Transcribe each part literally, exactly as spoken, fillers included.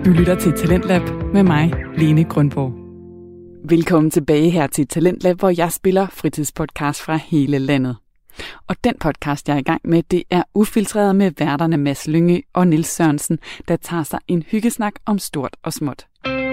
Du lytter til Talentlab med mig, Lene Grønborg. Velkommen tilbage her til Talentlab, hvor jeg spiller fritidspodcast fra hele landet. Og den podcast, jeg er i gang med, det er Ufiltreret med værterne Mads Lynge og Niels Sørensen, der tager sig en hyggesnak om stort og småt.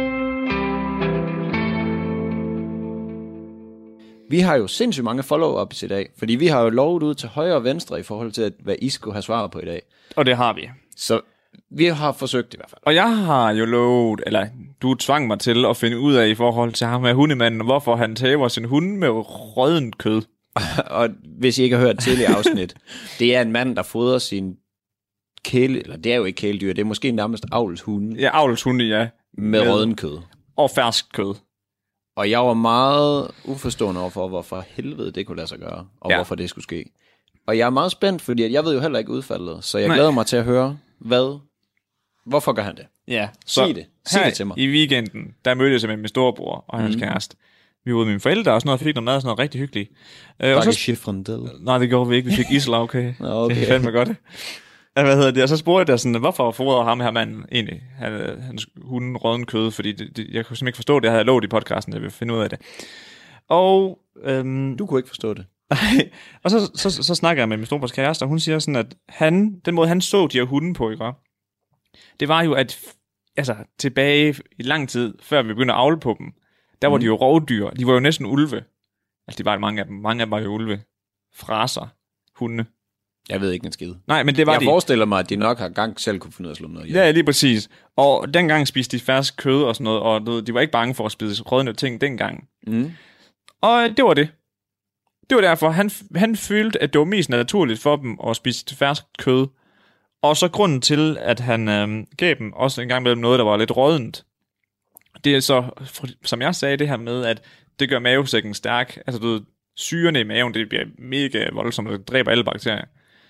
Vi har jo sindssygt mange follow-ups i dag, fordi vi har jo lovet ud til højre og venstre i forhold til, hvad I skulle have svaret på i dag. Og det har vi. Så vi har forsøgt i hvert fald. Og jeg har jo lovet, eller du tvang mig til at finde ud af i forhold til ham med hundemanden, hvorfor han tager sin hund med rådent kød. Og hvis I ikke har hørt tidligere afsnit, det er en mand, der fodrer sin kæle, eller det er jo ikke kæledyr, det er måske nærmest avlshunde. Ja, avlshunde, ja. Med, med rådent kød. Og fersk kød. Og jeg var meget uforstående overfor, hvorfor helvede det kunne lade sig gøre, og ja. hvorfor det skulle ske. Og jeg er meget spændt, fordi jeg ved jo heller ikke udfaldet, så jeg Nej. glæder mig til at høre, hvad, hvorfor gør han det? Ja, så sig det. Sig det til mig. I weekenden, der mødte jeg med min storebror og hans mm. kæreste. Vi var ude med mine forældre og sådan noget, og fik noget mad og sådan noget rigtig hyggeligt. Øh, og så chiffrandel. Nej, det gjorde vi ikke. Vi fik isla, okay. okay. Det er fandme godt. Hvad hedder det? Og så spurgte jeg sådan, hvorfor fodrede ham her manden egentlig? Han, hans hunden rådden kød, fordi det, det, jeg kunne simpelthen ikke forstå det. Jeg havde lovet i podcasten, jeg ville finde ud af det. Og øhm, du kunne ikke forstå det. Nej. Og så, så, så, så snakker jeg med min storebrors kæreste, og hun siger sådan, at han, den måde han så de her hunde på, ikke? Det var jo, at altså, tilbage i lang tid, før vi begyndte at avle på dem, der var mm. de jo rovdyr. De var jo næsten ulve. Altså, de var mange af dem. Mange af dem var jo ulve. Fraser. Hunde. Jeg ved ikke en skid. Nej, men det var jeg de. Jeg forestiller mig, at de nok har gang selv kunne finde ud af at slå noget. Ja, ja, lige præcis. Og dengang spiste de fersk kød og sådan noget, og de var ikke bange for at spise rådne ting dengang. Mm. Og det var det. Det var derfor, han, han følte, at det var mest naturligt for dem at spise fersk kød. Og så grunden til, at han øh, gav dem også en gang mellem noget, der var lidt rådent, det er så, som jeg sagde, det her med, at det gør mavesækken stærk. Altså, du ved, syrene i maven, det bliver mega voldsomt, og det dræber alle bakterier.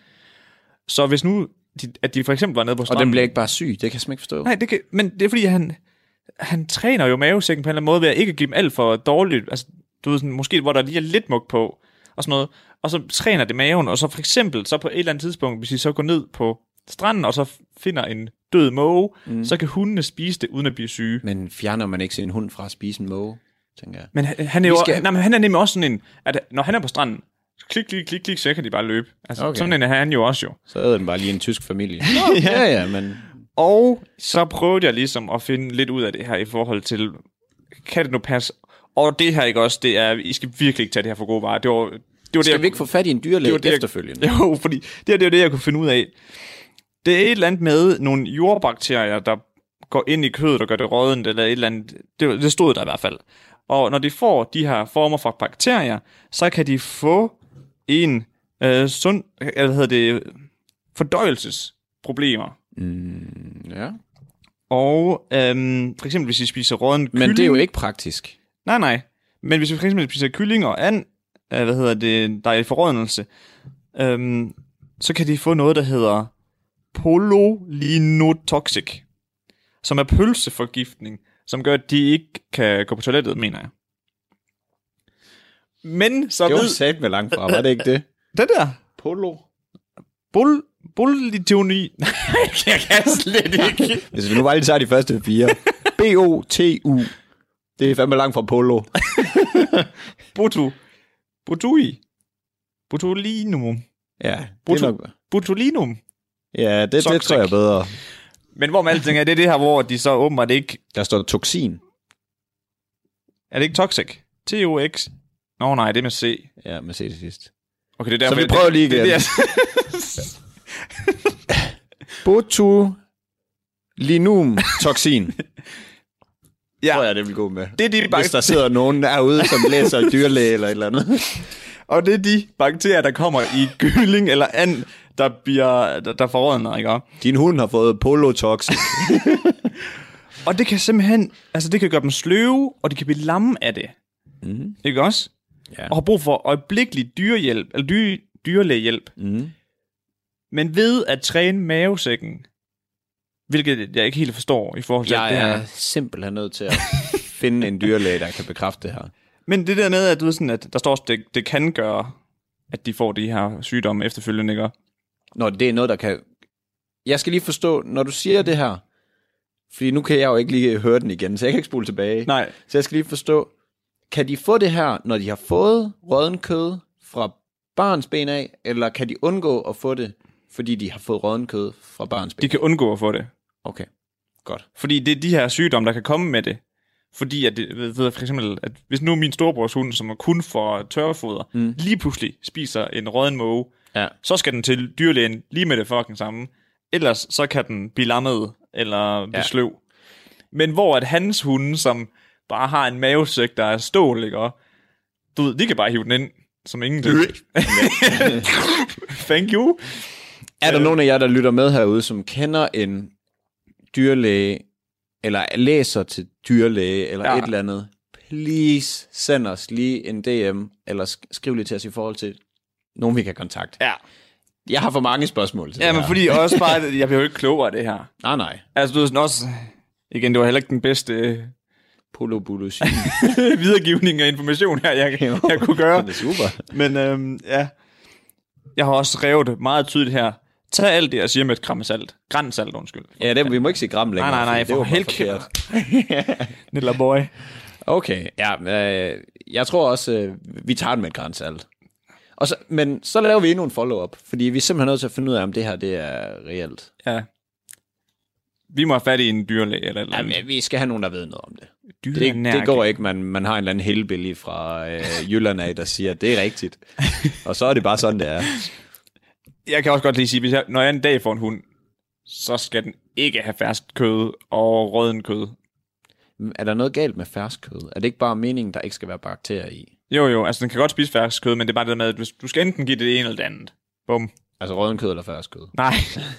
Så hvis nu, de, at de for eksempel var nede på stranden... Og den bliver ikke bare syg, det kan jeg simpelthen ikke forstå. Nej, det kan, men det er fordi, han, han træner jo mavesækken på en eller anden måde, ved at ikke give dem alt for dårligt. Altså, du ved, sådan, måske hvor der lige er lidt mug på, og sådan noget. Og så træner det maven, og så for eksempel, så på et eller andet tidspunkt, hvis de så går ned på stranden, og så finder en død måge, mm. så kan hundene spise det, uden at blive syge. Men fjerner man ikke sin hund fra at spise en måge, tænker jeg. Men han er jo skal... nej, men han er nemlig også sådan en, at når han er på stranden, klik, klik, klik, klik, så kan de bare løbe. Altså, okay. Sådan en er han jo også jo. Så æder den bare lige en tysk familie. Nå, ja, ja, men... Og så prøvede jeg ligesom at finde lidt ud af det her i forhold til, kan det nu passe? Og det her ikke også, det er, I skal virkelig ikke tage det her for gode varer. Det var, det var skal det, vi ikke få fat i en dyrlæge det, efterfølgende? Jo, fordi det er det, det, jeg kunne finde ud af. Det er et eller andet med nogle jordbakterier, der går ind i kødet og gør det rådent, eller et eller andet. Det, det stod der i hvert fald. Og når de får de her former for bakterier, så kan de få en øh, sund, hvad hedder det, fordøjelsesproblemer. Mm, ja. Og øhm, for eksempel, hvis de spiser rådent kylling... Men det er jo ikke praktisk. Nej, nej. Men hvis vi for eksempel spiser kylling og and, øh, hvad hedder det, der er i forrådnelse, øhm, så kan de få noget, der hedder polylinotoxic, som er pølseforgiftning, som gør, at de ikke kan gå på toilettet, mener jeg. Men så det var ved... sat med langt fra, var det ikke det? Det der? Polo? Bol... Bolitoni... Nej, jeg kan slet ikke. Hvis vi nu bare lige tager de første fire. B O T U. Det er fandme langt fra polo. Botu. Botui. Botulinum. Ja, Botu... det er nok... Botulinum. Ja, det, det tror jeg er bedre. Men hvor med alting er, det er det her, hvor de så åbenbart ikke... Der står toxin. Er det ikke toxic? T O X? Nå nej, det er med C. Ja, med C til sidst. Okay, det er derfor, så vi prøver lige igen. Det, det er... Botulinum toxin. Ja. Tror jeg, det vil gå med. Det er de bak- Hvis der sidder nogen derude, som læser dyrlæge eller et eller andet. Og det er de bakterier, der kommer i kylling eller and, der bliver der, der forrådner, ikke? Din hund har fået polotoxin. Og det kan simpelthen, altså det kan gøre dem sløve, og de kan blive lamme af det. Mm. Ikke også? Ja. Og har brug for øjeblikkelig dyrehjælp, eller dy, dyrlægehjælp. Mm. Men ved at træne mavesækken, hvilket jeg ikke helt forstår i forhold til jeg det her. Jeg er simpelthen nødt til at finde en dyrlæge, der kan bekræfte det her. Men det der med, at, du ved sådan, at der står, at det, det kan gøre, at de får de her sygdomme efterfølgende, ikke? Når det er noget, der kan... Jeg skal lige forstå, når du siger det her, fordi nu kan jeg jo ikke lige høre den igen, så jeg kan ikke spole tilbage. Nej. Så jeg skal lige forstå, kan de få det her, når de har fået rådden kød fra barns ben af, eller kan de undgå at få det, fordi de har fået rådden kød fra barns ben? De kan undgå at få det. Okay, godt. Fordi det er de her sygdomme, der kan komme med det. Fordi at det, ved jeg for eksempel, at hvis nu min storebrors hund, som er kun for tørrefoder, mm. lige pludselig spiser en rådden måge, ja. så skal den til dyrlægen lige med det fucking samme. Ellers så kan den blive lammet eller blive ja. sløv. Men hvor at hans hunde, som bare har en mavesæk, der er stål, ikke? Og, du ved, de kan bare hive den ind, som ingenting. Thank you. Er der nogen af jer, der lytter med herude, som kender en dyrlæge, eller læser til dyrlæge, eller ja. et eller andet? Please send os lige en D M, eller skriv lige til os i forhold til nogen, vi kan kontakte. Ja. Jeg har for mange spørgsmål til ja, det men her. fordi også bare, jeg bliver jo ikke klogere af det her. Nej, nej. Altså, du ved sådan også, igen, det var heller ikke den bedste Polo-bulusi. videregivning af information her, jeg, jeg kunne gøre. Det er super. Men øhm, ja, jeg har også revet det meget tydeligt her. Tag alt det, jeg siger med et gram salt. Grænsalt, undskyld. Ja, det, vi må ikke sige gram længere. Nej, nej, nej, det for helvede. Nilla boy. Okay, ja, øh, jeg tror også, øh, vi tager det med et grænsalt. Og så, men så laver vi endnu en follow-up, fordi vi er simpelthen nødt til at finde ud af, om det her det er reelt. Ja. Vi må have fat i en dyrlæge eller eller andet. Ja, vi skal have nogen, der ved noget om det. Det, det går ikke, man, man har en eller anden hellbilly fra øh, Jylland af, der siger, at det er rigtigt. Og så er det bare sådan, det er. Jeg kan også godt lige sige, hvis jeg, når jeg en dag får en hund, så skal den ikke have fersk kød og rådden kød. Er der noget galt med fersk kød? Er det ikke bare meningen, der ikke skal være bakterier i? Jo, jo, altså den kan godt spise fersk kød, men det er bare det med, at hvis du skal enten give det det ene eller det andet. Bum. Altså rådden kød eller fersk kød? Nej.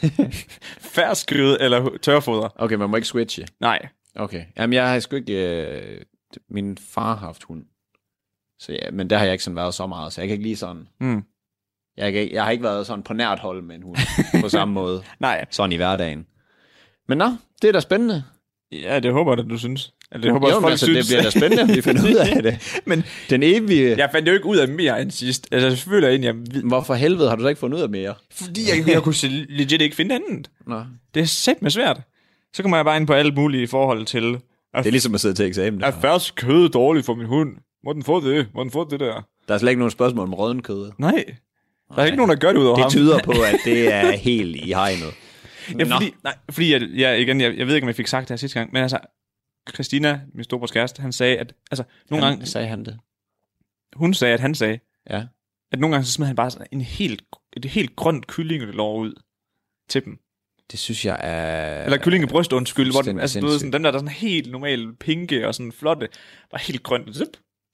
Fersk kød eller tørfoder. Okay, man må ikke switche? Nej. Okay. Jamen, jeg har sgu ikke... Øh, min far har haft hund. Så ja, men der har jeg ikke sådan været så meget, så jeg kan ikke lige sådan... Mm. Jeg, kan, jeg har ikke været sådan på nært hold med en hund på samme måde. Nej. Sådan i hverdagen. Men nå, det er da spændende. Ja, det håber jeg, du synes. Eller det håber jo, også, folk altså, synes. Det bliver da spændende, at vi finder ud af det. Men den evige... Jeg fandt jo ikke ud af mere end sidst. Altså, selvfølgelig egentlig, jeg ved... Hvorfor helvede har du så ikke fundet ud af mere? Fordi jeg, jeg kunne legit ikke finde andet. Nå. Det er sæt med svært. Så kommer jeg bare ind på alle mulige forhold til... At, det er ligesom at sidde til eksamen. Er fersk kød dårligt for min hund? Må den få det? Må den få det der? Der er slet ikke nogen spørgsmål om rådden kød. Nej. Der er nej. Ikke nogen, der gør det ud over det ham. Det tyder på, at det er helt i hegnet. Ja, fordi, nej, fordi jeg, jeg, igen, jeg, jeg ved ikke, om jeg fik sagt det her sidste gang, men altså, Christina, min storebrors kæreste, han sagde, at altså, nogle han, gange... Sagde han det? Hun sagde, at han sagde, ja. At nogle gange så smed han bare sådan en helt, et helt grønt kyllingelår ud til dem. Det synes jeg er... Eller kyllingebryst, undskyld, hvor den, altså, du ved, sådan, den der, der er sådan helt normal pinke og sådan flotte, var helt grønt. Zip.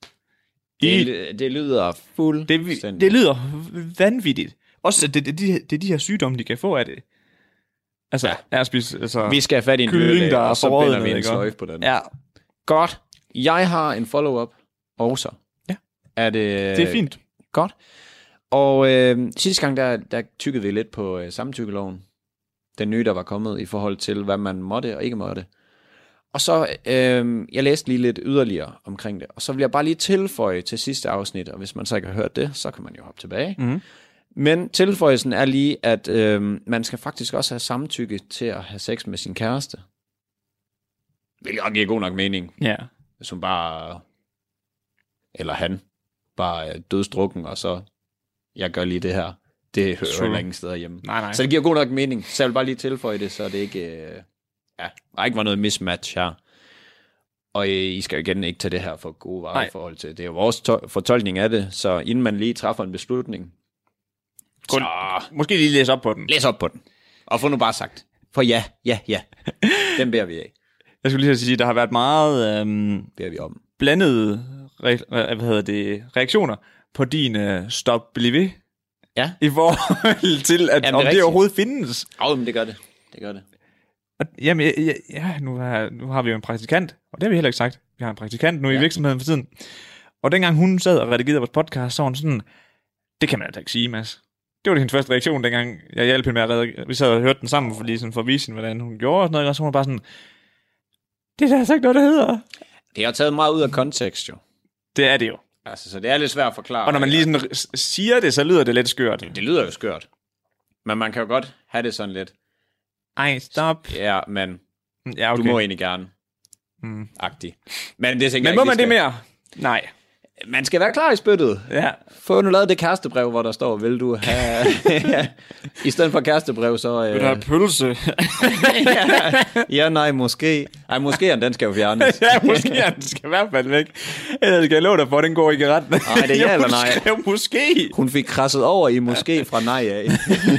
Det, det lyder fuldstændig... Det, det lyder vanvittigt. Også, det, det, det, det er de her sygdomme, de kan få af det. Altså, ja. at spise, altså, vi skal have fat i en kylling, der er og så forrådet, binder vi en sløjfe på den. Ja. Godt. Jeg har en follow-up også. Ja. Er det... Det er fint. Godt. Og øh, sidste gang, der, der tykkede vi lidt på øh, samtykkeloven. Den nye, der var kommet i forhold til, hvad man måtte og ikke måtte. Og så, øh, jeg læste lige lidt yderligere omkring det. Og så vil jeg bare lige tilføje til sidste afsnit, og hvis man så ikke har hørt det, så kan man jo hoppe tilbage. Mm-hmm. Men tilføjelsen er lige, at øh, man skal faktisk også have samtykke til at have sex med sin kæreste. Hvilket også giver god nok mening. Ja. Yeah. Hvis hun bare, eller han, bare er dødsdrukken, og så, jeg gør lige det her. Det hører heller ingen steder hjemme. Nej, nej. Så det giver god nok mening. Så jeg vil bare lige tilføje det, så det ikke, øh, ja, der ikke var noget mismatch her. Og I skal igen ikke tage det her for gode varer i forhold til. Det er jo vores to- fortolkning af det, så inden man lige træffer en beslutning, Kun, så måske lige læse op på den. Læs op på den. Og få nu bare sagt. For ja, ja, ja. Den beder vi af. Jeg skulle lige sige, at der har været meget øhm, beder vi om. blandede re- hvad hedder det, reaktioner på din uh, stop blive ja. I forhold til, at, jamen, om det, det overhovedet findes. Ja, men det gør det. Det gør det. Og, jamen, ja, ja nu, har, nu har vi jo en praktikant, og det har vi heller ikke sagt. Vi har en praktikant nu ja. i virksomheden for tiden. Og dengang hun sad og redigerede vores podcast, så var hun sådan, det kan man altså ikke sige, Mads. Det var det hendes første reaktion, dengang jeg hjalp hende med at redde. Vi sad og hørte den sammen, for, lige sådan, for at vise hende, hvordan hun gjorde og sådan noget. Og så var hun bare sådan, det er der altså ikke noget, der hedder. Det har taget meget ud af kontekst, jo. Det er det jo. Altså, så det er lidt svært at forklare. Og når man lige sådan siger det, så lyder det lidt skørt. Det, det lyder jo skørt. Men man kan jo godt have det sådan lidt. Ej, stop. Ja, men Ja, okay. Du må egentlig gerne. Mm. Agtig. Men det tænker Men jeg må ikke, man vi det skal. mere? Nej. Man skal være klar i spyttet. Ja. Få nu lavet det kærestebrev, hvor der står, vil du have... I stedet for kærestebrev, så... Øh... Vil du have pølse? ja, ja, nej, måske. Ej, måske den skal jo fjernes. Ja, måske den skal i hvert fald væk. Ellers skal jeg love dig for, at den går ikke ret. Nej, det er ja eller nej. Jo, måske. Hun fik krasset over i måske fra nej af.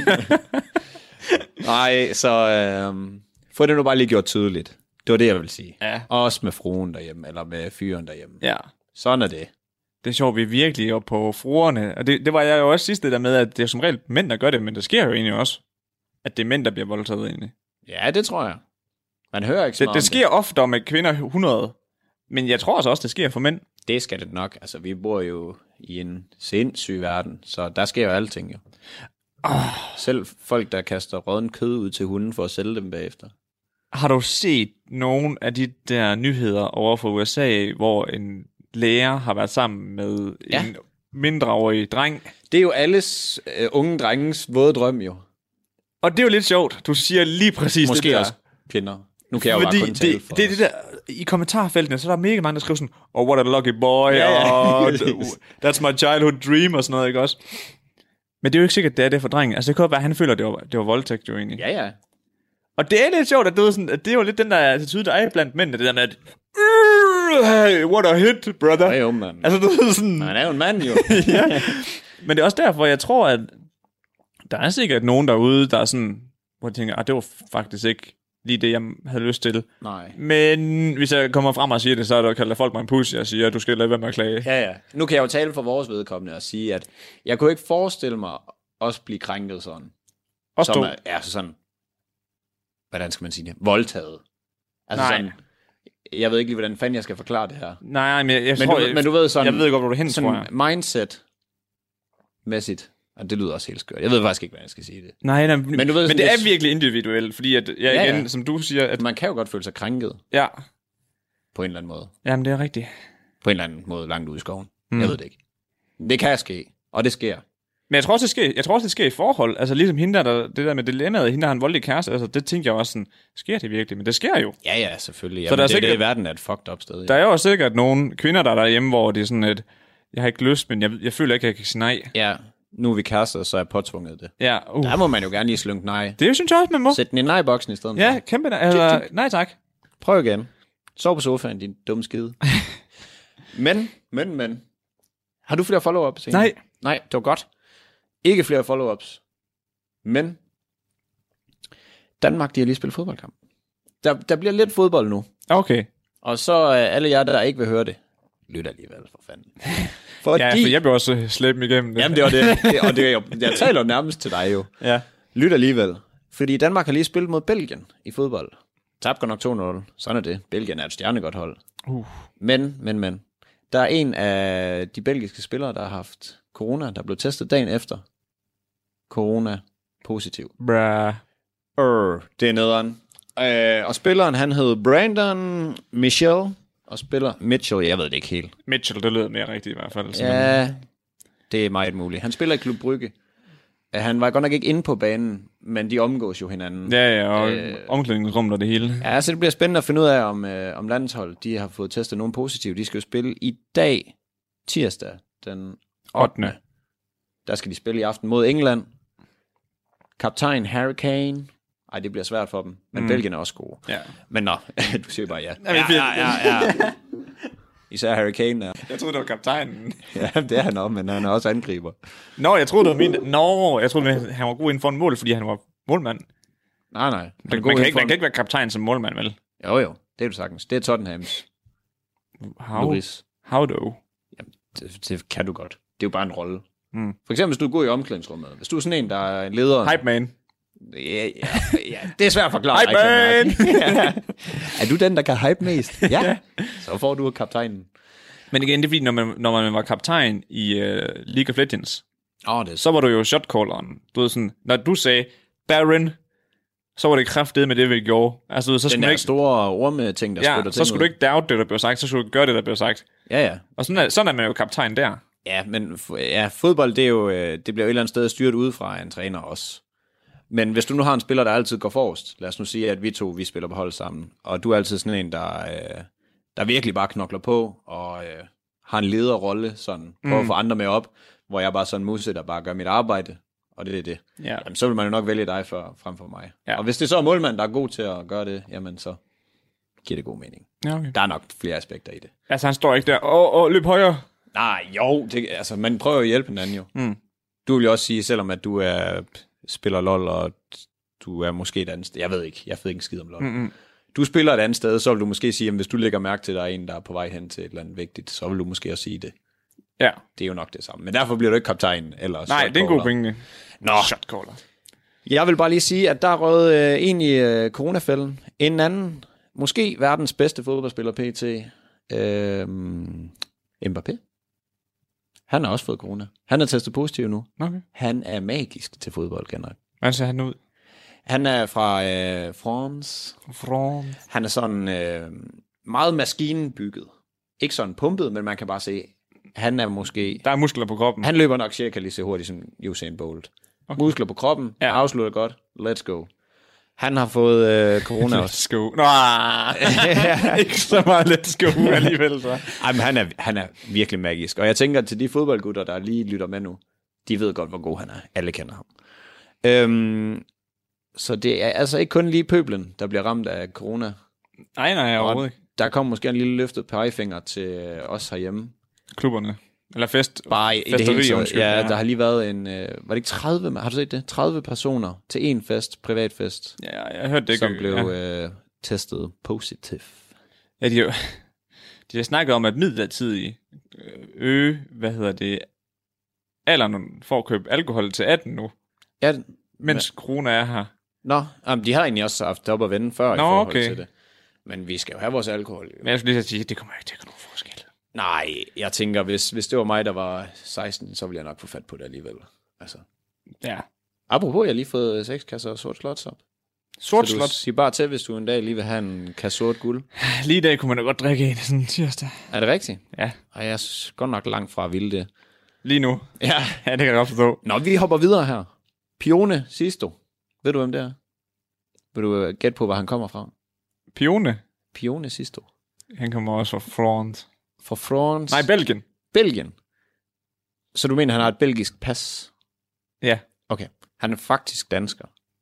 Nej, så øh, få det nu bare lige gjort tydeligt. Det var det, jeg ville sige. Ja. Også med fruen derhjemme, eller med fyren derhjemme. Ja. Sådan er det. Det er sjovt, vi er virkelig oppe på fruerne. Og det, det var jeg jo også sidste der med, at det er som regel mænd, der gør det, men det sker jo egentlig også, at det er mænd, der bliver voldtaget egentlig. Ja, det tror jeg. Man hører ikke så Det, meget det om sker ofte med kvinder hundrede, men jeg tror også, også det sker for mænd. Det skal det nok. Altså, vi bor jo i en sindssyg verden, så der sker jo alting jo. Oh. Selv folk, der kaster rådden kød ud til hunden for at sælge dem bagefter. Har du set nogle af de der nyheder over for U S A, hvor en lærer har været sammen med ja. en mindreårig dreng? Det er jo alles øh, unge drenges våde drøm jo. Og det er jo lidt sjovt. Du siger lige præcis Måske det der. også kvinder. Nu kan jeg jo Fordi bare kun tale det, for det er det der, i kommentarfeltene, så er der mega mange, der skriver sådan, oh, what a lucky boy, ja, ja. og that's my childhood dream, og sådan noget, ikke også? Men det er jo ikke sikkert, det er det for drengen. Altså, det kan jo være, at han føler, at det var, det var voldtægt jo egentlig. Ja, ja. Og det er lidt sjovt, at det er, sådan, at det er jo lidt den der attitude, der er blandt mændene, det der med, at hey, what a hit, brother. Ja, jo, mand. Altså, du ved sådan... Han er jo en mand, jo. ja. Men det er også derfor, jeg tror, at der er sikkert nogen derude, der er sådan, hvor de tænker, at det var faktisk ikke lige det, jeg havde lyst til. Nej. Men hvis jeg kommer frem og siger det, så er der kalder folk mig en pussy, og siger, at du skal lade være med at klage. Ja, ja. Nu kan jeg jo tale for vores vedkommende og sige, at jeg kunne ikke forestille mig også blive krænket sådan. Også som du? er, ja, så sådan, hvordan skal man sige det? Voldtaget. Altså Nej. sådan, jeg ved ikke lige, hvordan fanden jeg skal forklare det her. Nej, men jeg, jeg Men, tror, du, jeg, men du ved sådan, jeg ved godt, hvor du er hen, tror jeg. mindset-mæssigt, og det lyder også helt skørt. Jeg ved faktisk ikke, hvordan jeg skal sige det. Nej, nej, men, du ved, men det lidt, er virkelig individuelt, fordi at, jeg ja, igen, ja. som du siger, at... Man kan jo godt føle sig krænket. Ja. På en eller anden måde. Jamen, det er rigtigt. På en eller anden måde langt ude i skoven. Mm. Jeg ved det ikke. Det kan ske, og det sker. Men jeg tror også, det sker, jeg tror også, det sker i forhold. Altså ligesom hende der, der det der med dilemmaet, hende der har en voldelig kæreste, altså det tænker jeg også sådan, sker det virkelig? Men det sker jo. Ja, ja, selvfølgelig. Ja, så der er det, sikkert, det i verden er et fucked up sted. Ja. Der er jo også sikkert nogle kvinder, der er derhjemme, hvor det er sådan, at jeg har ikke lyst, men jeg, jeg føler ikke, at jeg kan sige nej. Ja, nu er vi kærester, så er jeg påtvunget det. Ja, uh. Der må man jo gerne lige slynge nej. Det synes jeg også, man må. Sæt den i nej-boksen i stedet. Ja, for. kæmpe nej. Altså, nej tak. Prøv igen. Sov på sofaen, din dumme skide. men, men, men. Har du flere follow-ups? Nej. Nej, det var godt. Ikke flere follow-ups. Men Danmark, de har lige spillet fodboldkamp. Der, der bliver lidt fodbold nu. Okay. Og så uh, alle jer, der ikke vil høre det, lyt alligevel, for fanden. Fordi, ja, for jeg vil også slæbe dem igennem det. Jamen, det var det. det og det er jo, jeg taler nærmest til dig jo. Ja. Lyt alligevel. Fordi Danmark har lige spillet mod Belgien i fodbold. Tabte godt nok to nul. Sådan er det. Belgien er et stjernegodt hold. Uh. Men, men, men. Der er en af de belgiske spillere, der har haft corona, der blev testet dagen efter. Corona positiv. Bra. Øh, det er nederen. Øh, og spilleren, han hed Brandon Michel. Og spiller Mitchell, jeg ved det ikke helt. Mitchell, det lyder mere rigtigt i hvert fald. Ja, det er meget muligt. Han spiller i Klub Brygge. Han var godt nok ikke inde på banen, men de omgås jo hinanden. Ja, ja, og øh, omklædningsrummet og det hele. Ja, så det bliver spændende at finde ud af, om, øh, om landshold, de har fået testet nogen positivt. De skal jo spille i dag, tirsdag, den ottende Der skal de spille i aften mod England. Kaptajn Harry Kane. Ej, det bliver svært for dem. Men mm. Belgien er også gode. Ja. Men nå, du siger bare ja. Ja, ja, ja, ja. Især Harry Kane er. Jeg troede, det var kaptajnen. Ja, det er han også, men han er også angriber. Nå, jeg troede, det var min... Nå, jeg troede, han var god inden for en mål, fordi han var målmand. Nej, nej. Man, man, kan ikke, man kan ikke være kaptajn som målmand, vel? Jo, jo. Det er du sagtens. Det er Tottenhams. How? Luris. How do? Jamen, det, det kan du godt. Det er jo bare en rolle. Mm. For eksempel, hvis du er god i omklædningsrummet. Hvis du er sådan en, der er en leder... Hype man. Ja, ja, ja, det er svært at forklare. Hype man! Ja. Er du den, der kan hype mest? Ja. Så får du kaptajnen. Men igen, det er fordi, når man, når man var kaptajn i uh, League of Legends, oh, det er... så var du jo shotcalleren. Du ved sådan, når du sagde Baron, så var det kraftedet med det, vi gjorde. Altså, så den skulle der ikke... store orme-ting, der ja, spytter så skulle du ikke doubt det, der blev sagt, så skulle du gøre det, der blev sagt. Ja, ja. Og sådan er, sådan er man jo kaptajn der. Ja, men ja, fodbold, det, er jo, det bliver jo et eller andet sted styret udefra af en træner også. Men hvis du nu har en spiller, der altid går forrest, lad os nu sige, at vi to, vi spiller på hold sammen, og du er altid sådan en, der, øh, der virkelig bare knokler på, og øh, har en lederrolle, sådan, prøver mm. at få andre med op, hvor jeg bare sådan en muse, der bare gør mit arbejde, og det er det. Ja. Jamen, så vil man jo nok vælge dig for, frem for mig. Ja. Og hvis det så er målmand, der er god til at gøre det, jamen så giver det god mening. Ja, okay. Der er nok flere aspekter i det. Altså, han står ikke der, åh, åh, løb højere. Nej, jo, det, altså, man prøver at hjælpe hinanden jo. Mm. Du vil jo også sige, selvom at du er spiller LOL, og du er måske et andet sted, jeg ved ikke, jeg ved ikke en skid om LOL. Mm-hmm. Du spiller et andet sted, så vil du måske sige, at hvis du lægger mærke til, at der er en, der er på vej hen til et eller andet vigtigt, så vil du måske også sige det. Ja. Det er jo nok det samme. Men derfor bliver du ikke kaptajn. Eller nej, det er en god pointe. Nå. Shotcaller. Jeg vil bare lige sige, at der rød øh, en i øh, coronafælden. En anden, måske verdens bedste fodboldspiller P T, øh, Mbappé. Han har også fået corona. Han er testet positiv nu. Okay. Han er magisk til fodbold generelt. Hvordan ser han ud? Han er fra øh, France. France. Han er sådan øh, meget maskinebygget. Ikke sådan pumpet, men man kan bare se, han er måske... Der er muskler på kroppen. Han løber nok cirka lige så hurtigt som Usain Bolt. Okay. Muskler på kroppen, ja. Afslutter godt, let's go. Han har fået øh, corona også. Let's go. Nå, ikke så meget let's go alligevel. Så. Ej, men han er, han er virkelig magisk. Og jeg tænker til de fodboldgutter, der lige lytter med nu, de ved godt, hvor god han er. Alle kender ham. Øhm, så det er altså ikke kun lige pøblen, der bliver ramt af corona. Nej, nej, overhovedet ikke. Der kommer måske en lille løftet pegefinger til os herhjemme. Klubberne. Eller fest. Bare i det hele taget. Ja, ja, der har lige været en... Øh, var det ikke tredive... Har du set det? tredive personer til en fest, privatfest. Ja, jeg har hørt det. Som blev ja. øh, testet positiv. Ja, de, de har snakket om, at midlertidigt øge, hvad hedder det, alderen for at købe alkohol til atten nu. Ja. Mens men, corona er her. Nå, jamen, de har egentlig også haft det op at vende før. Nå, i forhold okay. til det. Men vi skal jo have vores alkohol. Men jeg skulle lige sige, det kommer ikke til at gøre nogen forskel. Nej, jeg tænker, hvis, hvis det var mig, der var seksten, så ville jeg nok få fat på det alligevel. Altså. Ja. Apropos, jeg har lige fået seks kasser sort slots op. Sort slot? Sig bare til, hvis du en dag lige vil have en kasse sort guld. Lige i dag kunne man da godt drikke en sådan en tirsdag. Er det rigtigt? Ja. Og jeg er godt nok langt fra at ville det. Lige nu? Ja. Ja, det kan jeg godt forstå. Nå, vi hopper videre her. Pione Sisto. Ved du, hvem det er? Vil du gætte på, hvor han kommer fra? Pione? Pione Sisto. Han kommer også fra France. Fra France? Nej, Belgien. Belgien. Så du mener, han har et belgisk pas? Ja. Okay. Han er faktisk dansker.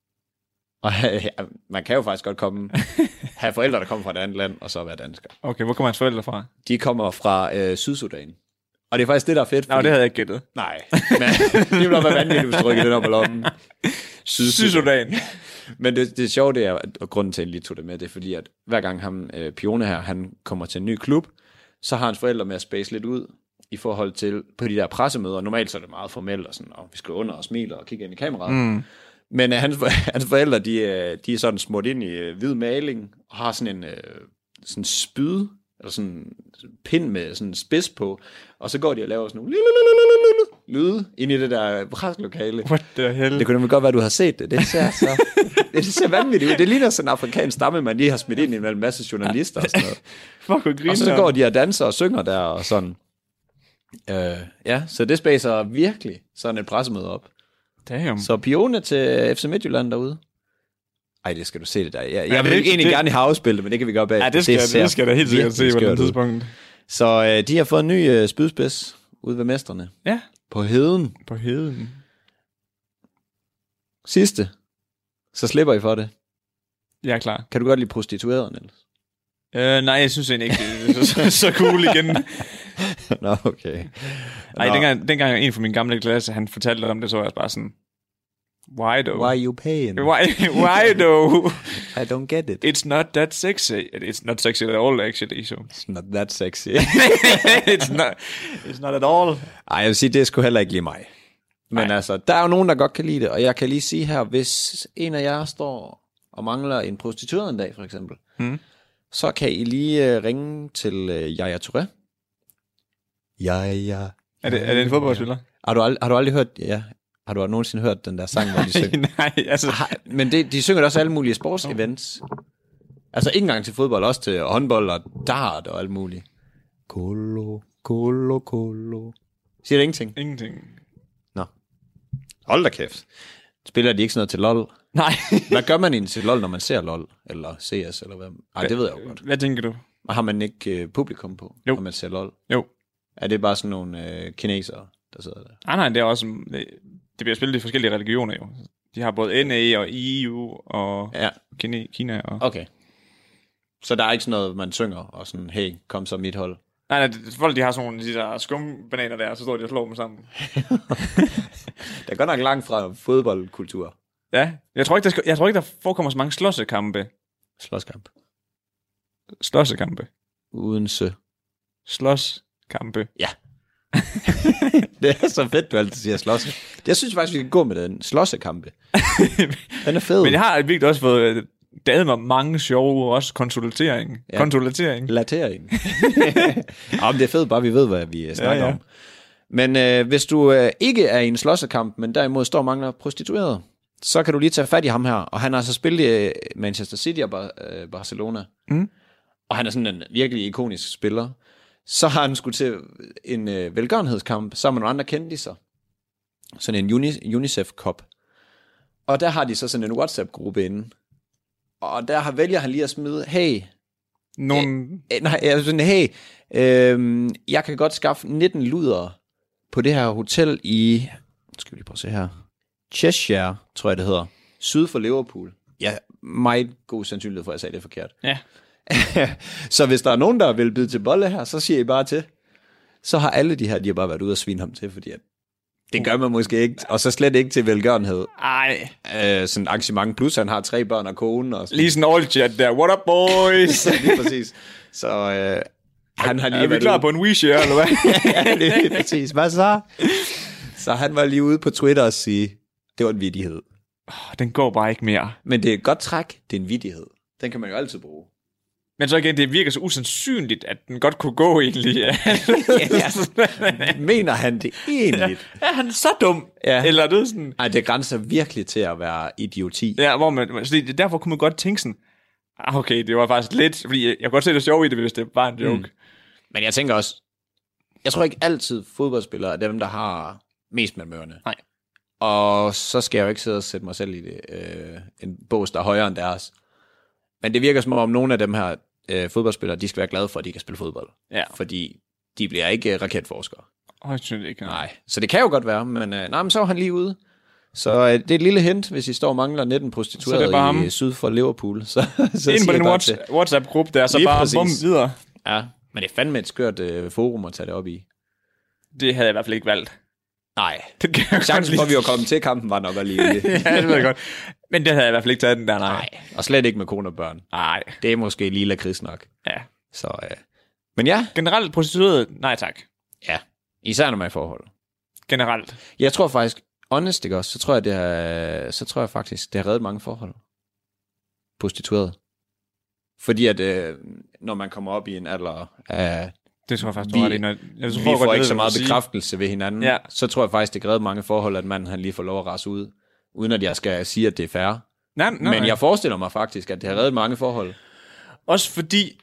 Og man kan jo faktisk godt komme, have forældre, der kommer fra et andet land, og så være dansker. Okay, hvor kommer hans forældre fra? De kommer fra øh, Sydsudan. Og det er faktisk det, der er fedt. Nej, det havde jeg ikke gættet. Nej, men det ville være vanvittigt, hvis du trykker den op på lommen. Sydsudan. Men det, det sjove, det er, og grunden til, at jeg lige tog det med, det er fordi, at hver gang ham, øh, Pione her, han kommer til en ny klub, så har hans forældre med at space lidt ud, i forhold til på de der pressemøder. Normalt så er det meget formelt, og sådan, og vi skal under og smiler og kigge ind i kameraet. Mm. Men uh, hans, hans forældre, de, uh, de er sådan smurt ind i uh, hvid maling, og har sådan en uh, sådan spyd, eller sådan en pind med sådan en spids på, og så går de og laver sådan nogle lyde ind i det der preslokale. What the hell? Det kunne nemlig godt være, du har set det. Det ser så... det ser vanvittigt ud. Det ligner sådan en afrikansk stamme, man lige har smidt ind i en masse journalister og sådan noget. Fuck, og så går de og danser og synger der og sådan. Uh, ja, så det spacer virkelig sådan et pressemøde op. Damn. Så Pione til F C Midtjylland derude. Ej, det skal du se det der. Jeg, jeg ja, vil det, egentlig det, gerne have afspillet, men det kan vi gøre bag. Ja, det skal, det, det skal da helt sikkert se på den tidspunkt. Så uh, de har fået en ny uh, spydspids ude ved mestrene. Ja. På heden. På heden. Sidste. Så slipper I for det. Jeg er klar. Kan du godt lide prostituerede, Niels? Uh, nej, jeg synes egentlig ikke, det er så, så cool igen. Nå, okay. Nej, dengang, dengang en fra min gamle klasse, han fortalte om det, så var jeg bare sådan, why though? Why you paying? Why, why though? I don't get it. It's not that sexy. It's not sexy at all, actually. So. It's not that sexy. it's, not, it's not at all. Ej, jeg vil sige, det er sgu heller ikke lige mig. Men Ej. altså, der er jo nogen, der godt kan lide det, og jeg kan lige sige her, hvis en af jer står og mangler en prostitueret en dag, for eksempel, hmm. så kan I lige uh, ringe til uh, Yaya Touré. Yaya. Er det, er det en fodboldspiller? Har du, ald- har du aldrig hørt, ja, har du nogensinde hørt den der sang, hvor de synger? Nej, altså. Men det, de synger også alle mulige sportsevents. Altså ikke engang til fodbold, også til håndbold og dart og alt muligt. Kolo, kolo, kolo. Siger det ingenting? Ingenting. Nå. Hold da kæft. Spiller de ikke sådan noget til LOL? Nej. Hvad gør man egentlig til LoL, når man ser LoL? Eller C S, eller hvad? Nej, det ved jeg jo godt. Hvad tænker du? Har man ikke uh, publikum på, jo. når man ser LoL? Jo. Er det bare sådan nogle uh, kinesere, der sidder der? Nej, nej, det er også... Det, det bliver spillet i forskellige religioner jo. De har både N A og E U og ja. Kina, Kina og... Okay. Så der er ikke sådan noget, man synger og sådan, hey, kom så mit hold? Nej, nej, folk de har sådan nogle de der skumbananer der, så står de og slår dem sammen. Der er godt nok langt fra fodboldkultur. Ja, jeg tror ikke, der, skal, jeg tror ikke, der forekommer så mange slåssekampe. Slåskamp. Slåssekampe. Uden sø. Slåskampe. Ja. Det er så fedt, du altid siger slåsse. Jeg synes faktisk, vi kan gå med den. Slåssekampe. Den er fed. Men jeg har virkelig også fået dadet mig mange sjove, også konsultering. Ja. Konsultering. Latering. Ja, men det er fedt, bare vi ved, hvad vi snakker ja, ja. om. Men øh, hvis du øh, ikke er i en slåssekamp, men derimod står og mangler prostitueret, så kan du lige tage fat i ham her. Og han har altså spillet i øh, Manchester City og Bar- øh, Barcelona. Mm. Og han er sådan en virkelig ikonisk spiller. Så har han skulle til en øh, velgørenhedskamp sammen med nogle andre kendiser. Sådan en uni- UNICEF-kop. Og der har de så sådan en WhatsApp-gruppe inde. Og der har vælger han lige at smide, hey... Nogle... Øh, nej, jeg sådan, hey, øh, jeg kan godt skaffe nitten luder på det her hotel i... Skal vi lige prøve at se her. Cheshire, tror jeg det hedder. Syd for Liverpool. Ja, meget god sandsynlighed for, at jeg sagde det forkert. Ja. Så hvis der er nogen, der vil byde til bolle her, så siger I bare til. Så har alle de her, de har bare været ude og svine ham til, fordi at det gør man måske ikke, og så slet ikke til velgørenhed. Ej. Øh, sådan et arrangement, plus han har tre børn og kone. Og sådan. Lige sådan all chat der, what up boys? Lige præcis. Så øh, han har lige er vi klar ude på en WeShare, eller hvad? Ja, lige præcis. Hvad så? Så han var lige ude på Twitter og sige, det var en vittighed. Oh, den går bare ikke mere. Men det er et godt træk, det er en vittighed. Den kan man jo altid bruge. Men så igen, det virker så usandsynligt, at den godt kunne gå egentlig. Ja. Mener han det egentlig? Er han så dum? Ja. Eller er det sådan... Ej, det grænser virkelig til at være idioti. Ja, hvor man... Så det, derfor kunne man godt tænke sådan, ah, okay, det var faktisk lidt... Fordi jeg kan godt se det sjove i det, hvis det var en joke. Mm. Men jeg tænker også... Jeg tror ikke altid fodboldspillere er dem, der har mest mellem ørerne. Nej. Og så skal jeg jo ikke sidde og sætte mig selv i det. Øh, en bås, der er højere end deres. Men det virker som om, nogle af dem her øh, fodboldspillere, de skal være glade for, at de kan spille fodbold. Ja. Fordi de bliver ikke øh, raketforskere. Åh, jeg synes ikke. Nej, så det kan jo godt være, men, øh, nej, men så er han lige ude. Så øh, det er et lille hint, hvis I står og mangler nitten prostituerede i syd for Liverpool. Så, så ind på den watch- WhatsApp-gruppe der, så lige bare bum videre. Ja, men det er fandme et skørt øh, forum at tage det op i. Det havde jeg i hvert fald ikke valgt. Nej, chancen for, at vi var kommet til kampen, var nok lige det. Ja, det ved jeg godt. Men det havde jeg i hvert fald ikke taget den der, nej. Nej, og slet ikke med kone og børn. Nej. Det er måske lille lakrids nok. Ja. Så, øh. Men ja. Generelt prostitueret, nej tak. Ja, især når man er i forhold. Generelt. Jeg tror faktisk, honest ikke også, så tror jeg, det er, så tror jeg faktisk, det har reddet mange forhold. Prostitueret. Fordi at, øh, når man kommer op i en alder af... Det tror jeg faktisk, vi, du når, jeg vi får ikke så meget bekræftelse ved hinanden. Ja. Så tror jeg faktisk, det redder mange forhold, at manden han lige får lov at rase ud, uden at jeg skal sige, at det er fair. Nej, nej, Men nej. jeg forestiller mig faktisk, at det har reddet mange forhold. Også fordi,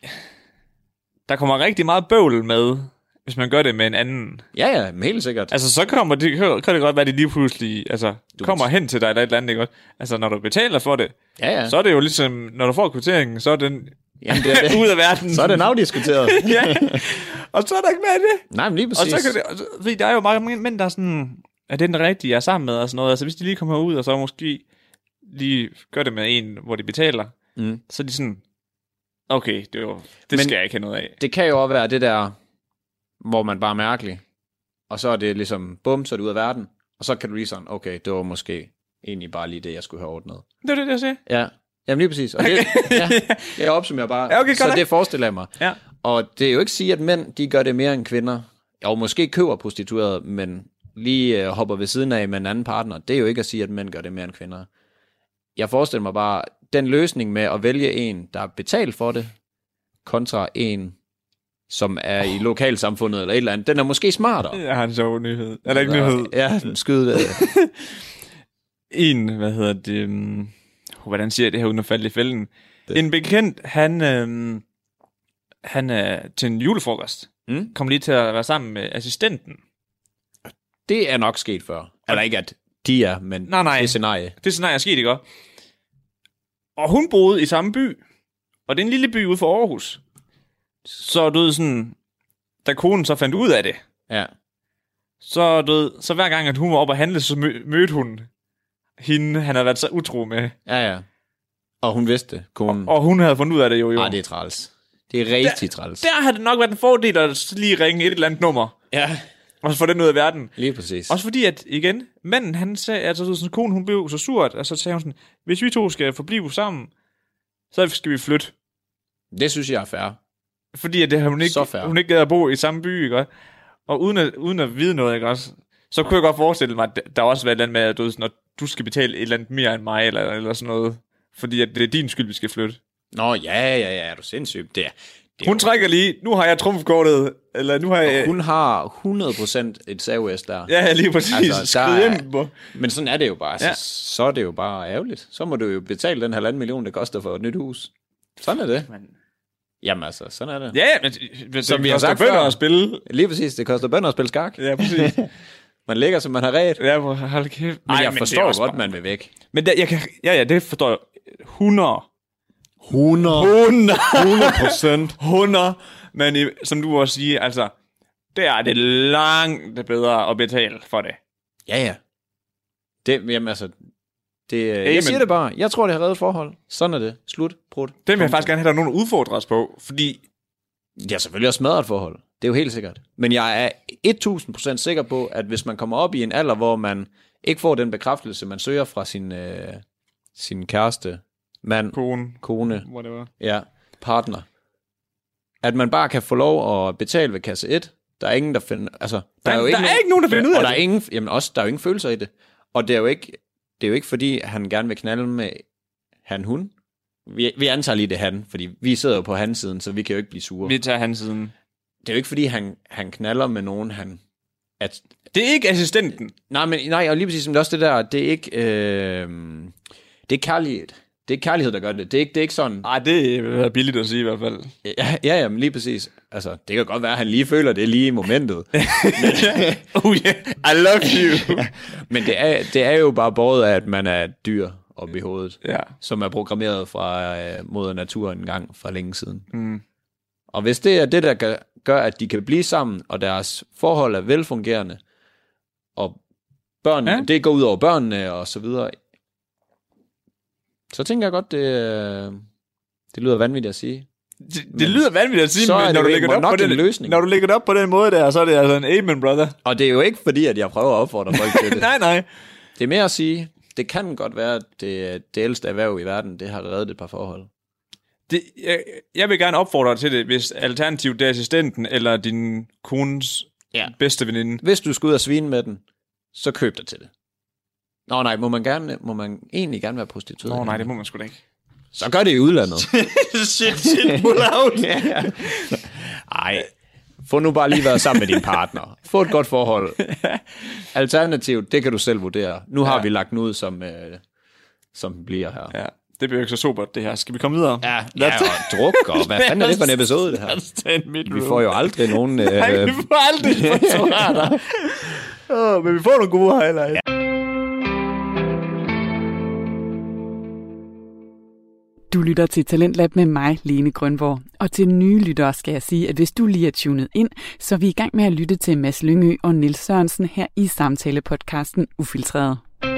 der kommer rigtig meget bøvl med, hvis man gør det med en anden. Ja, ja, men helt sikkert. Altså, så kommer det, kan det godt være, at de lige pludselig altså, du kommer hen til dig eller et eller andet, ikke? Altså, når du betaler for det, ja, ja. så er det jo ligesom, når du får kvitteringen, så er den Jamen, det er det. ud af verden. Så er den afdiskuteret. Ja, og så er der ikke mere det. Nej, men lige præcis. Og så kan det, altså, fordi der er jo mange mænd, der er sådan, er det den rigtige, jeg er sammen med, og sådan noget. Altså, hvis de lige kommer ud, og så måske lige gør det med en, hvor de betaler, mm. så er de sådan, okay, det, er jo, det skal jeg ikke have noget af. Det kan jo også være det der, hvor man bare er mærkelig, og så er det ligesom, bum, så er det ud af verden, og så kan du lige sådan, okay, det var måske egentlig bare lige det, jeg skulle have ordnet. Det er det, jeg siger. Ja, jamen lige præcis. Og det, ja, jeg opsummerer bare, ja, okay, så det. det forestiller jeg mig. Ja. Og det er jo ikke at sige, at mænd, de gør det mere end kvinder, og måske køber prostitueret, men lige øh, hopper ved siden af med en anden partner. Det er jo ikke at sige, at mænd gør det mere end kvinder. Jeg forestiller mig bare, den løsning med at vælge en, der er betalt for det, kontra en, som er oh. i lokalsamfundet eller et eller andet, den er måske smartere. Jeg har en sjov nyhed. Er der ikke nyhed? Ja, skyd det. En, hvad hedder det, um, hvordan siger jeg det her uden at falde i fælden? Det. En bekendt, han, øhm, han er til en julefrokost, mm. kom lige til at være sammen med assistenten. Det er nok sket før. Eller ikke, at de er, men nej, nej. det scenarie. Det scenarie er sket, ikke også? Og hun boede i samme by. Og det er en lille by ude for Aarhus. Så du ved sådan, da konen så fandt ud af det, Ja. så, du ved, så hver gang, at hun var oppe at handle, så mø- mødte hun hende, han havde været så utro med. Ja, ja. Og hun vidste det, konen. Og hun havde fundet ud af det jo. jo. Ah, det er træls. Det er rigtig træls. Der har det nok været en fordel at lige ringe et eller andet nummer. Ja. Og så få den ud af verden. Lige præcis. Også fordi, at igen, manden, han sagde, altså sådan, konen, hun blev så surt, og så sagde hun sådan, hvis vi to skal forblive sammen, så skal vi flytte. Det synes jeg er fair. Fordi at det har hun ikke, hun ikke gad at bo i samme by, ikke? Og uden at, uden at vide noget, ikke også? Så kunne jeg godt forestille mig, at der også var et eller andet med, at du, sådan, at du skal betale et eller andet mere end mig, eller, eller sådan noget. Fordi at det er din skyld, vi skal flytte. Nå, ja, ja, ja, er du sindssygt. Det er, det er hun jo... trækker lige, nu har jeg trumfkortet, eller nu har jeg... Hun har hundrede procent et savs der. Ja, lige præcis. Altså, er... Men sådan er det jo bare. Ja. Så, så er det jo bare ærgerligt. Så må du jo betale den halvanden million, det koster for et nyt hus. Sådan er det. Men... Jamen altså, sådan er det. Ja, men det, som det vi har sagt bønder at spille. Lige præcis, det koster bønder at spille skak. Ja, præcis. Man ligger, som man har ret. Ja, hold kæft. Men Ej, jeg men forstår godt, bare... man vil væk. Men der, jeg kan, ja, ja, det forstår jeg. hundrede. hundrede. hundrede procent. hundrede. Men i, som du også siger, altså, der er det langt bedre at betale for det. Ja, ja. Det, jamen altså, det, hey, jeg men... siger det bare. Jeg tror, det har reddet forhold. Sådan er det. Slut. Brud. Det vil jeg faktisk gerne have, der nogen udfordres på, fordi... Det er selvfølgelig også smadret forhold. Det er jo helt sikkert. Men jeg er tusind procent sikker på, at hvis man kommer op i en alder, hvor man ikke får den bekræftelse, man søger fra sin, øh, sin kæreste, mand, kone, kone whatever. Ja, partner, at man bare kan få lov at betale ved kasse et. Der er ingen, der finder... Altså, der, der, er, jo der ikke er nogen, ikke nogen, der finder ud af og det. Der er ingen, jamen også, der er jo ingen følelser i det. Og det er jo ikke, det er jo ikke fordi, han gerne vil knalde med han, hun. Vi, vi antager lige det han, fordi vi sidder jo på hans siden, så vi kan jo ikke blive sure. Vi tager hans siden. Det er jo ikke fordi, han, han knaller med nogen, han... At, det er ikke assistenten. Nej, men nej, og lige præcis som det også det der, det er ikke... Øh, det er kærlighed. Det er kærlighed, der gør det. Det er ikke, det er ikke sådan... Nej, det er billigt at sige i hvert fald. Ja, ja, ja, men lige præcis. Altså, det kan godt være, at han lige føler det lige i momentet. Oh yeah, I love you. Men det er, det er jo bare båret af, at man er et dyr oppe i hovedet, ja. Som er programmeret fra øh, mod naturen en gang for længe siden. Mm. Og hvis det er det, der gør, gør, at de kan blive sammen, og deres forhold er velfungerende, og børnene, ja. Det går ud over børnene og så videre, så tænker jeg godt, det, det lyder vanvittigt at sige. Det, det lyder vanvittigt at sige, så men når du, lægger det op på den, løsning. når du lægger det op på den måde der, så er det altså en amen, brother. Og det er jo ikke fordi, at jeg prøver at opfordre folk til det. nej, nej. Det er mere at sige, det kan godt være, at det, det ældste erhverv i verden, det har reddet et par forhold. Det, jeg, jeg vil gerne opfordre dig til det, hvis alternativt det er assistenten, eller din kones ja. bedste veninde. Hvis du skal ud og svine med den, så køb dig til det. Nå nej, må man, gerne, må man egentlig gerne være prostitueret? Nå nej, det må man sgu da ikke. Så gør det i udlandet. shit, shit, pull out. ja. Ej, få nu bare lige været sammen med din partner. Få et godt forhold. Alternativt, det kan du selv vurdere. Nu har ja. vi lagt den ud, som, øh, som bliver her. Ja, det bliver ikke så sobert, det her. Skal vi komme videre? Ja, ja og druk, og hvad fanden er det for en episode, det her? Vi får jo aldrig nogen... Øh... Nej, vi får aldrig sponsorater. oh, men vi får nogle gode highlights. Ja. Du lytter til Talentlab med mig, Lene Grønborg. Og til nye lyttere skal jeg sige, at hvis du lige er tunet ind, så er vi i gang med at lytte til Mads Lyngø og Niels Sørensen her i samtalepodcasten Ufiltreret.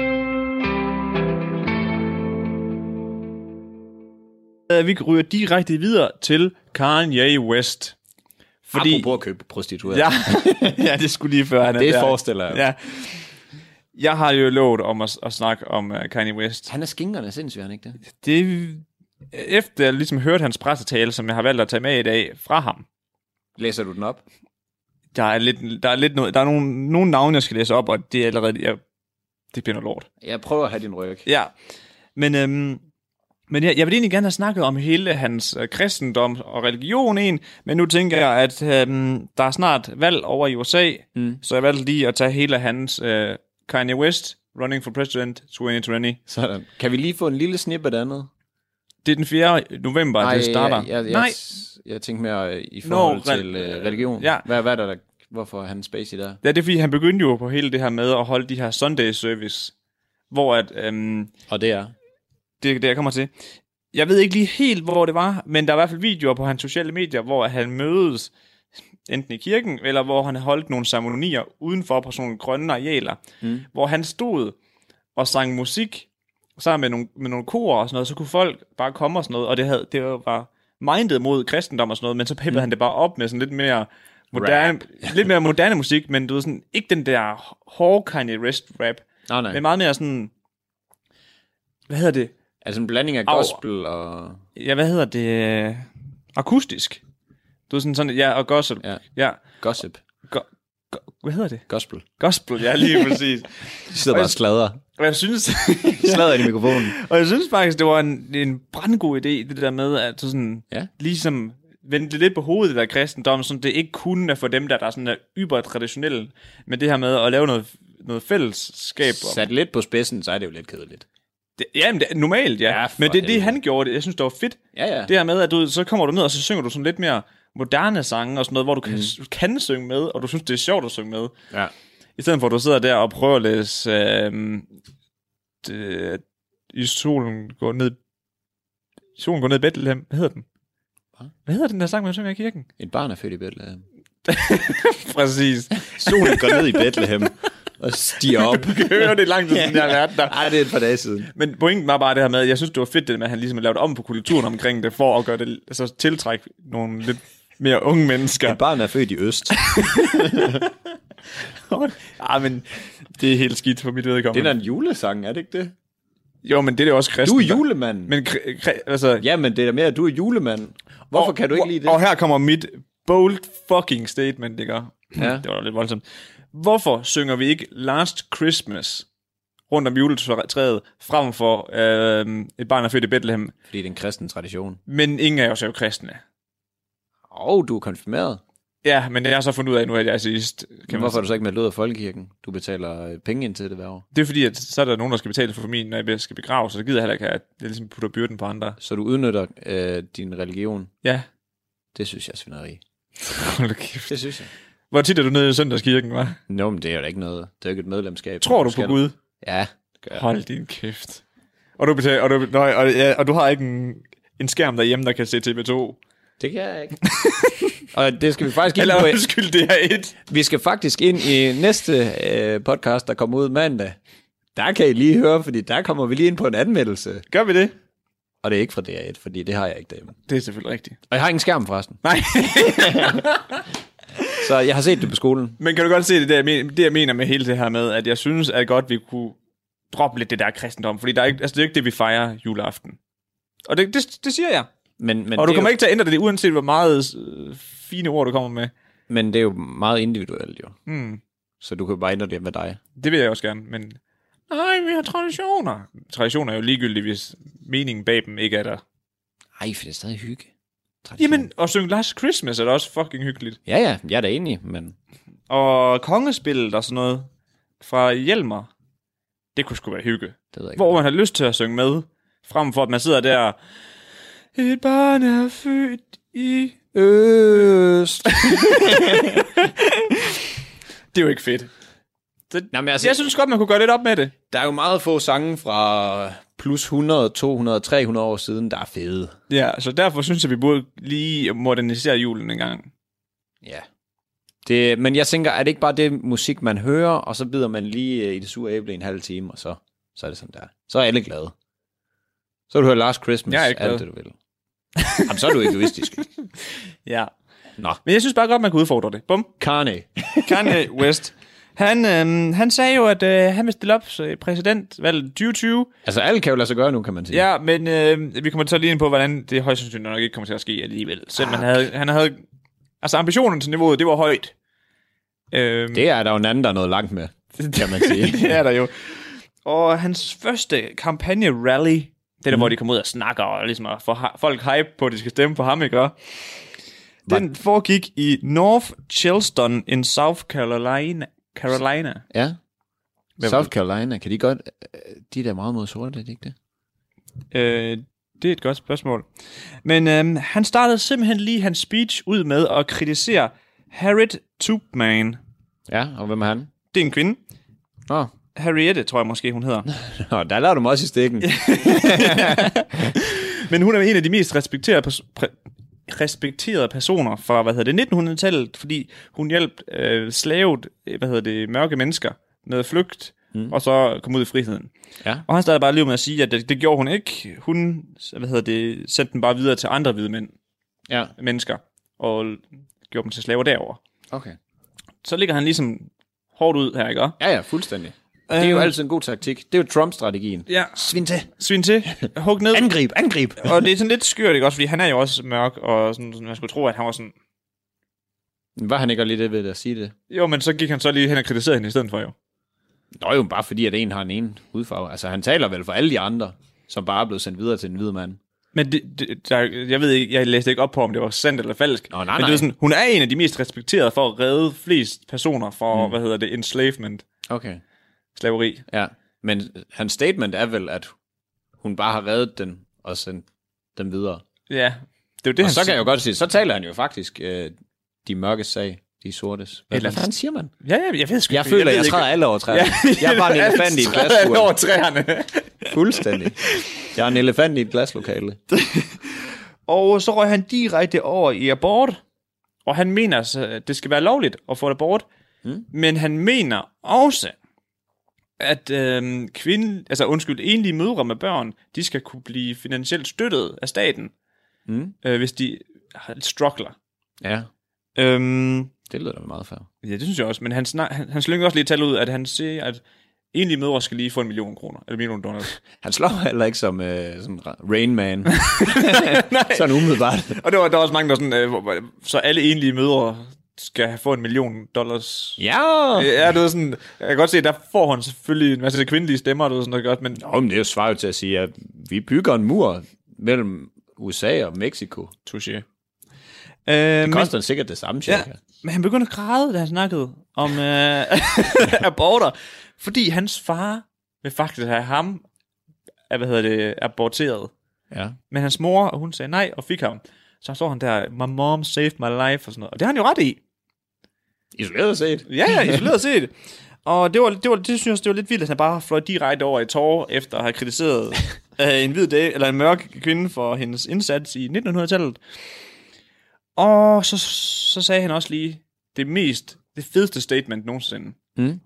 Vi ryger direkte videre til Kanye West. Fordi... Apropos at købe prostitueret. Ja, ja, det skulle lige før. Han det forestiller jeg. Ja. Jeg har jo lovet om at, at snakke om uh, Kanye West. Han er skinkerne sindssygt, han ikke det? Det efter jeg ligesom hørte hans pressetale, som jeg har valgt at tage med i dag fra ham. Læser du den op? Der er lidt, der er lidt noget, der er nogle, nogle navne, jeg skal læse op, og det er allerede, jeg, det bliver noget lort. Jeg prøver at have din ryg. Ja, men, øhm, men jeg, jeg vil egentlig gerne have snakket om hele hans øh, kristendom og religion en, men nu tænker jeg, at øhm, der er snart valg over i U S A, mm. så jeg valgte lige at tage hele hans øh, Kanye West, Running for President tyve tyve. Sådan. Kan vi lige få en lille snippet andet? Det er den fjerde november, Nej, det starter. Jeg, jeg, jeg, Nej, jeg, jeg tænkte mere i forhold no, til øh, religion. Ja. Hvad, hvad er der, der, hvorfor er han spacey der? Ja, det er fordi, han begyndte jo på hele det her med at holde de her Sunday service, hvor at... Øhm, Og det er? Det er det, jeg kommer til. Jeg ved ikke lige helt, hvor det var, men der er i hvert fald videoer på hans sociale medier, hvor han mødes enten i kirken, eller hvor han holdt nogle ceremonier udenfor på sådan nogle grønne arealer, mm. hvor han stod og sang musik sammen med nogle, med nogle kor og sådan noget, så kunne folk bare komme og sådan noget, og det, havde, det var mindet mod kristendom og sådan noget, men så peppede mm. han det bare op med sådan lidt mere moderne, lidt mere moderne musik, men du ved sådan, ikke den der hårde Kanye West rap, oh, nej. men meget mere sådan, hvad hedder det? Altså en blanding af gospel og... Ja, hvad hedder det? Akustisk. Du er sådan sådan, ja, og gossip. Ja. ja. Gossip. Go, go, hvad hedder det? Gospel. Gospel, ja, lige præcis. De sidder bare og sladrer. Og jeg synes... sladrer i mikrofonen. Og jeg synes faktisk, det var en, en brandgod idé, det der med, at du sådan, ja. ligesom vendte lidt på hovedet, det der kristendom, så det ikke kun er for dem, der, der er sådan der yber traditionelle, men det her med at lave noget, noget fællesskab. Sat lidt på spidsen, så er det jo lidt kedeligt. Det, ja, men det, normalt, ja. ja men det er det, han gjorde det. Jeg synes, det var fedt. Ja, ja. Det her med, at du, så kommer du ned, og så synger du sådan lidt mere moderne sange og sådan noget, hvor du kan, mm. kan synge med, og du synes, det er sjovt at synge med. Ja. I stedet for, at du sidder der og prøver at læse øh, det, i solen går ned solen går ned i Bethlehem. Hvad hedder den? Hvad, Hvad hedder den der sang, man synger i kirken? Et barn er født i Bethlehem. Præcis. Solen går ned i Bethlehem og stiger op. Du kan høre det langt, sådan jeg lærte der. Ej, det er et par dage siden. Men pointen var bare det her med, jeg synes, det var fedt det med, at han ligesom lavede om på kulturen omkring det, for at gøre det, altså tiltrække nogle lidt mere unge mennesker. Et barn er født i øst. Ja, men det er helt skidt for mit vedkommende. Det er da en julesang, er det ikke det? Jo, men det er det også kristen. Du er julemand. Men altså... Ja, men det er da mere, at du er julemand. Hvorfor og, kan du ikke lide det? Og her kommer mit bold fucking statement, det gør. Ja. Det var lidt voldsomt. Hvorfor synger vi ikke Last Christmas rundt om juletræet, frem for øh, et barn er født i Bethlehem? Fordi det er en kristen tradition. Men ingen af os er jo kristne. Åh, oh, du er konfirmeret. Ja, men det har jeg så fundet ud af nu, at jeg er sidst. Kan Hvorfor er du så ikke meldt ud af folkekirken? Du betaler penge ind til det hver år. Det er fordi, at så er der nogen, der skal betale for familien, når jeg skal begrave, så det gider jeg heller ikke, at det ligesom putter byrden på andre. Så du udnytter øh, din religion? Ja. Det synes jeg er svineri. Hold kæft. Det synes jeg. Hvor tit er du nede i søndagskirken, hva'? Nå, men det er jo da ikke noget. Det er jo ikke et medlemskab. Tror du på Gud? Ja, det gør jeg. Hold din kæft. Og du, betaler, og, du, nøj, og, ja, og du har ikke en, en skærm derhjemme, der kan se T V to? Det kan jeg ikke. Og det skal vi faktisk ind Eller, på. undskyld, det er et. Vi skal faktisk ind i næste øh, podcast, der kommer ud mandag. Der kan I lige høre, fordi der kommer vi lige ind på en anmeldelse. Gør vi det? Og det er ikke fra D R et, fordi det har jeg ikke derhjemme. Det er selvfølgelig rigtigt. Og jeg har ingen skærm forresten. Nej. Så jeg har set det på skolen. Men kan du godt se det, der, det jeg mener med hele det her med, at jeg synes, at godt vi kunne droppe lidt det der kristendom, fordi der er ikke, altså det er ikke det, vi fejrer juleaften. Og det, det, det siger jeg. Men, men og du kommer jo ikke til at ændre det, uanset hvor meget øh, fine ord du kommer med. Men det er jo meget individuelt, jo. Mm. Så du kan bare ændre det med dig. Det vil jeg også gerne, men... Nej, vi har traditioner. Traditioner er jo ligegyldigt, hvis meningen bag dem ikke er der. Ej, for det er stadig hygge. Tradition. Jamen, at synge Last Christmas er da også fucking hyggeligt. Ja, ja, jeg er da enig, men... Og kongespillet og sådan noget fra Hjelmer, det kunne sgu være hygge. Det ved jeg ikke. Hvor man har lyst til at synge med, frem for at man sidder der... Et barn er født i øst. Det er jo ikke fedt. Så, Nå, men altså, jeg synes godt, man kunne gøre lidt op med det. Der er jo meget få sange fra plus hundrede, to hundrede, tre hundrede år siden, der er fede. Ja, så derfor synes jeg, vi burde lige modernisere julen en gang. Ja. Det, men jeg tænker, er det ikke bare det musik, man hører, og så bider man lige i det sure æble en halv time, og så, så er det sådan der. Så er alle glade. Så du hører Last Christmas, jeg er ikke alt det du vil. Jamen, så er du egoistisk. Ja. Nå. Men jeg synes bare godt, man kan udfordre det. Bum. Kanye. Kanye West. Han, øhm, han sagde jo, at øh, han vil stille op til præsidentvalget tyve tyve. Altså, alt kan jo lade sig gøre nu, kan man sige. Ja, men øh, vi kommer til at lige ind på, hvordan det højst sandsynligt nok ikke kommer til at ske alligevel. Selv man havde, han havde... Altså, ambitionen til niveauet, det var højt. Øhm, det er der jo en anden, der er noget langt med, kan man sige. Det er der jo. Og hans første kampagne-rally, det er der, mm. hvor de kommer ud og snakker, og ligesom at få folk hype på, at de skal stemme på ham, ikke? Den foregik i North Charleston in South Carolina. Carolina. Ja. Hvem South Carolina, kan de godt... De der meget mod sorte, er det ikke det? Øh, det er et godt spørgsmål. Men øhm, han startede simpelthen lige hans speech ud med at kritisere Harriet Tubman. Ja, og hvem er han? Det er en kvinde. Åh. Oh. Harriette, tror jeg måske, hun hedder. Nå, der lader du mig også i stikken. Men hun er en af de mest respekterede, pers- pre- respekterede personer fra, hvad hedder det, nitten hundrede-tallet, fordi hun hjalp øh, slavet, hvad hedder det, mørke mennesker med flugt, mm. og så kom ud i friheden. Ja. Og han startede bare lige med at sige, at det, det gjorde hun ikke. Hun, hvad hedder det, sendte den bare videre til andre hvide mænd, ja. mennesker, og gjorde dem til slaver derover. Okay. Så ligger han ligesom hårdt ud her, ikke? Ja, ja, fuldstændig. Det er jo altid en god taktik. Det er jo Trump-strategien. Ja. Svin til. Svin til. Hug ned. Angrib, angrib. Og det er sådan lidt skørt, ikke også? Fordi han er jo også mørk, og sådan, sådan, man skulle tro, at han var sådan... Var han ikke lige det ved at sige det? Jo, men så gik han så lige hen og kritiserede hende i stedet for, jo. Nå jo, bare fordi, at en har en ene hudfarve. Altså, han taler vel for alle de andre, som bare er blevet sendt videre til en hvid mand. Men det, det, der, jeg ved ikke, jeg læste ikke op på, om det var sandt eller falsk. Nå, nej, men det er sådan, hun er en af de mest respekterede for at redde flest personer for, mm. hvad hedder det, enslavement. Okay. Slaveri. Ja, men hans statement er vel, at hun bare har reddet den og sendt dem videre. Ja, det er jo det, og han så kan siger. jeg jo godt sige, så taler han jo faktisk øh, de mørke sag, de sortes. Hvad, hvad fanden siger man? Ja, ja, jeg ved sgu Jeg føler, jeg, jeg træder alle over træerne. Ja, jeg er bare en elefant i et glasbur. alle over træerne. Fuldstændig. Jeg er en elefant i et glaslokale. Og så røg han direkte over i abort, og han mener, at det skal være lovligt at få abort, mm. men han mener også, at øhm, kvinde, altså undskyld, enlige mødre med børn, de skal kunne blive finansielt støttet af staten, mm. øh, hvis de struggler. Ja. Øhm, det lyder da meget fair. Ja, det synes jeg også, men han, snak, han, han slynger også lige tal ud, at han siger, at enlige mødre skal lige få en million kroner, eller million dollars. Han slår heller ikke som øh, sådan Rain Man. Sådan umiddelbart. Og det var, der var også mange, der sådan, øh, så alle enlige mødre skal få en million dollars. Ja! Ja, det er sådan, jeg kan godt se, der får han selvfølgelig en masse kvindelige stemmer, det er sådan noget godt, men... Nå, men det er jo svaret jo til at sige, at vi bygger en mur mellem U S A og Mexico. Touché. Det øh, koster men, sikkert det samme, cirka. Ja, men han begyndte at græde, da han snakkede om øh, aborter, fordi hans far vil faktisk have ham, hvad hedder det, aborteret. Ja. Men hans mor, og hun sagde nej, og fik ham. Så står han der, my mom saved my life, og sådan noget. Og det har han jo ret i. Isoleret set. Ja, ja, isoleret set. Og det var, det var, det synes jeg, det var lidt vildt, at han bare fløj direkte over i tårer, efter at have kritiseret øh, en hvid dag, eller en mørk kvinde for hendes indsats i nitten hundrede-tallet. Og så, så sagde han også lige det mest, det fedeste statement nogensinde. Mm.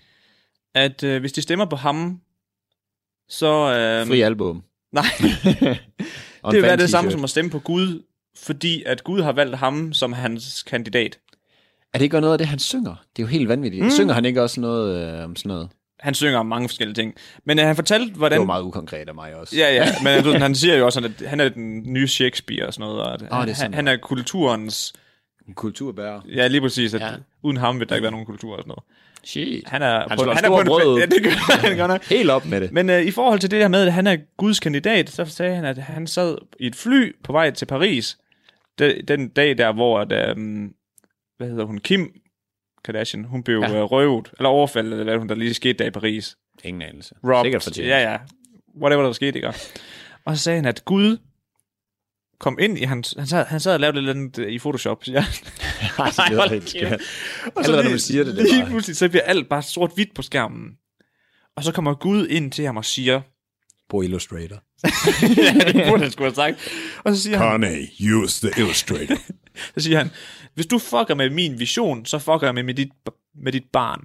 At øh, hvis de stemmer på ham, så... Øh, Fri album. Nej. Det vil være det samme som at stemme på Gud, fordi at Gud har valgt ham som hans kandidat. Er det ikke noget af det, han synger? Det er jo helt vanvittigt. Mm. Synger han ikke også noget øh, om sådan noget? Han synger om mange forskellige ting. Men øh, han fortalte, hvordan... Det var meget ukonkret af mig også. Ja, ja. Men du, han siger jo også, at han er den nye Shakespeare og sådan noget. Og at oh, han, det er sådan han er kulturens... En kulturbærer. Ja, lige præcis. At ja. Uden ham vil der ikke være nogen kultur og sådan noget. Shit. Han er han på, han han er på brød. Ja, det gør han godt nok. Helt op med det. Men øh, i forhold til det der med, at han er Guds kandidat, så sagde han, at han sad i et fly på vej til Paris. Den, den dag der, hvor at, øh, hvad hedder hun, Kim Kardashian, hun blev ja. røvet, eller overfaldet, eller hvad hun der lige skete der i Paris. Ingen anelse. Robbed. Sikkert fortjent. Ja, ja. Whatever der skete, ikke? Og så sagde han, at Gud kom ind i hans... Han sad, han sad og lavede lidt andet i Photoshop, siger han. Nej, det lyder helt skært. Allerede når man siger det, det lige bare... pludselig, så bliver alt bare sort-hvidt på skærmen. Og så kommer Gud ind til ham og siger... På Illustrator. Ja, det burde han skulle have sagt. Og så siger Kanye, han... use the Illustrator. Så siger han, hvis du fucker med min vision, så fucker jeg med, med, dit, med dit barn.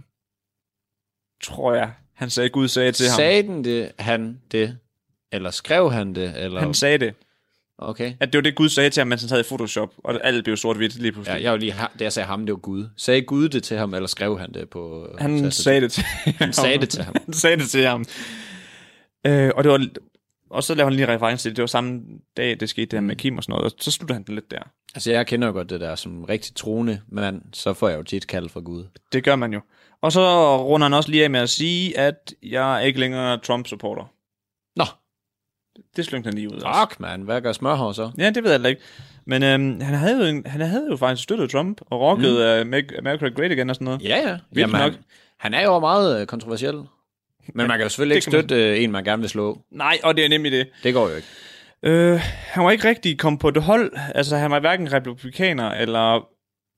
Tror jeg. Han sagde, Gud sagde til ham. Sagde den det, han det? Eller skrev han det? Eller... Han sagde det. Okay. At det var det, Gud sagde til ham, mens han sad i Photoshop, og alt blev sort-hvidt lige pludselig. Ja, jeg var lige, det jeg sagde ham, det var Gud. Sagde Gud det til ham, eller skrev han det på... Han sagde det til ham. Han sagde det til ham. Han sagde det til ham. Øh, og det var... Og så lavede han lige reference til det. Det var samme dag, det skete der med Kim og sådan noget. Og så slutter han det lidt der. Altså, jeg kender jo godt det der som rigtig troende mand. Så får jeg jo tit kald fra Gud. Det gør man jo. Og så runder han også lige af med at sige, at jeg er ikke længere Trump-supporter. Nå. Det slyngte han lige ud. Fuck, man. Hvad gør Smørhår så? Ja, det ved jeg ikke. Men øhm, han, havde jo en, han havde jo faktisk støttet Trump og rocket mm. uh, Make America Great Again og sådan noget. Ja, ja. Jamen, han, han er jo meget uh, kontroversiel. Men man kan jo selvfølgelig ikke støtte man... en, man gerne vil slå. Nej, og det er nemlig det. Det går jo ikke. Øh, han var ikke rigtig kommet på det hold. Altså, han var hverken republikaner, eller...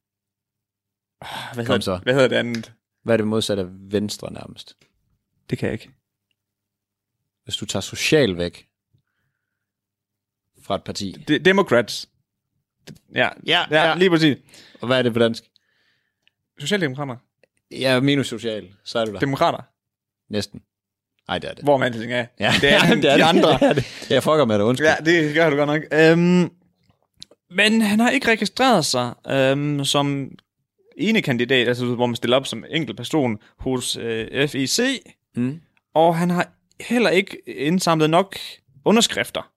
Hvad hedder, så. hvad hedder det andet? Hvad er det modsatte af venstre nærmest? Det kan jeg ikke. Hvis du tager social væk. fra et parti. De- Democrats. Ja, Ja, ja, ja. lige præcis. Og hvad er det på dansk? Socialdemokrater. Ja, minus social. Så er du der. Demokrater. Næsten. Nej, det er det. Hvor man alting er. Ja, Det er, det er de andre. Det er det. Jeg fucker med det, undskyld. Ja, det gør du godt nok. Øhm, men han har ikke registreret sig øhm, som ene kandidat, altså hvor man stiller op som enkelt person hos øh, F E C, Mm. og han har heller ikke indsamlet nok underskrifter.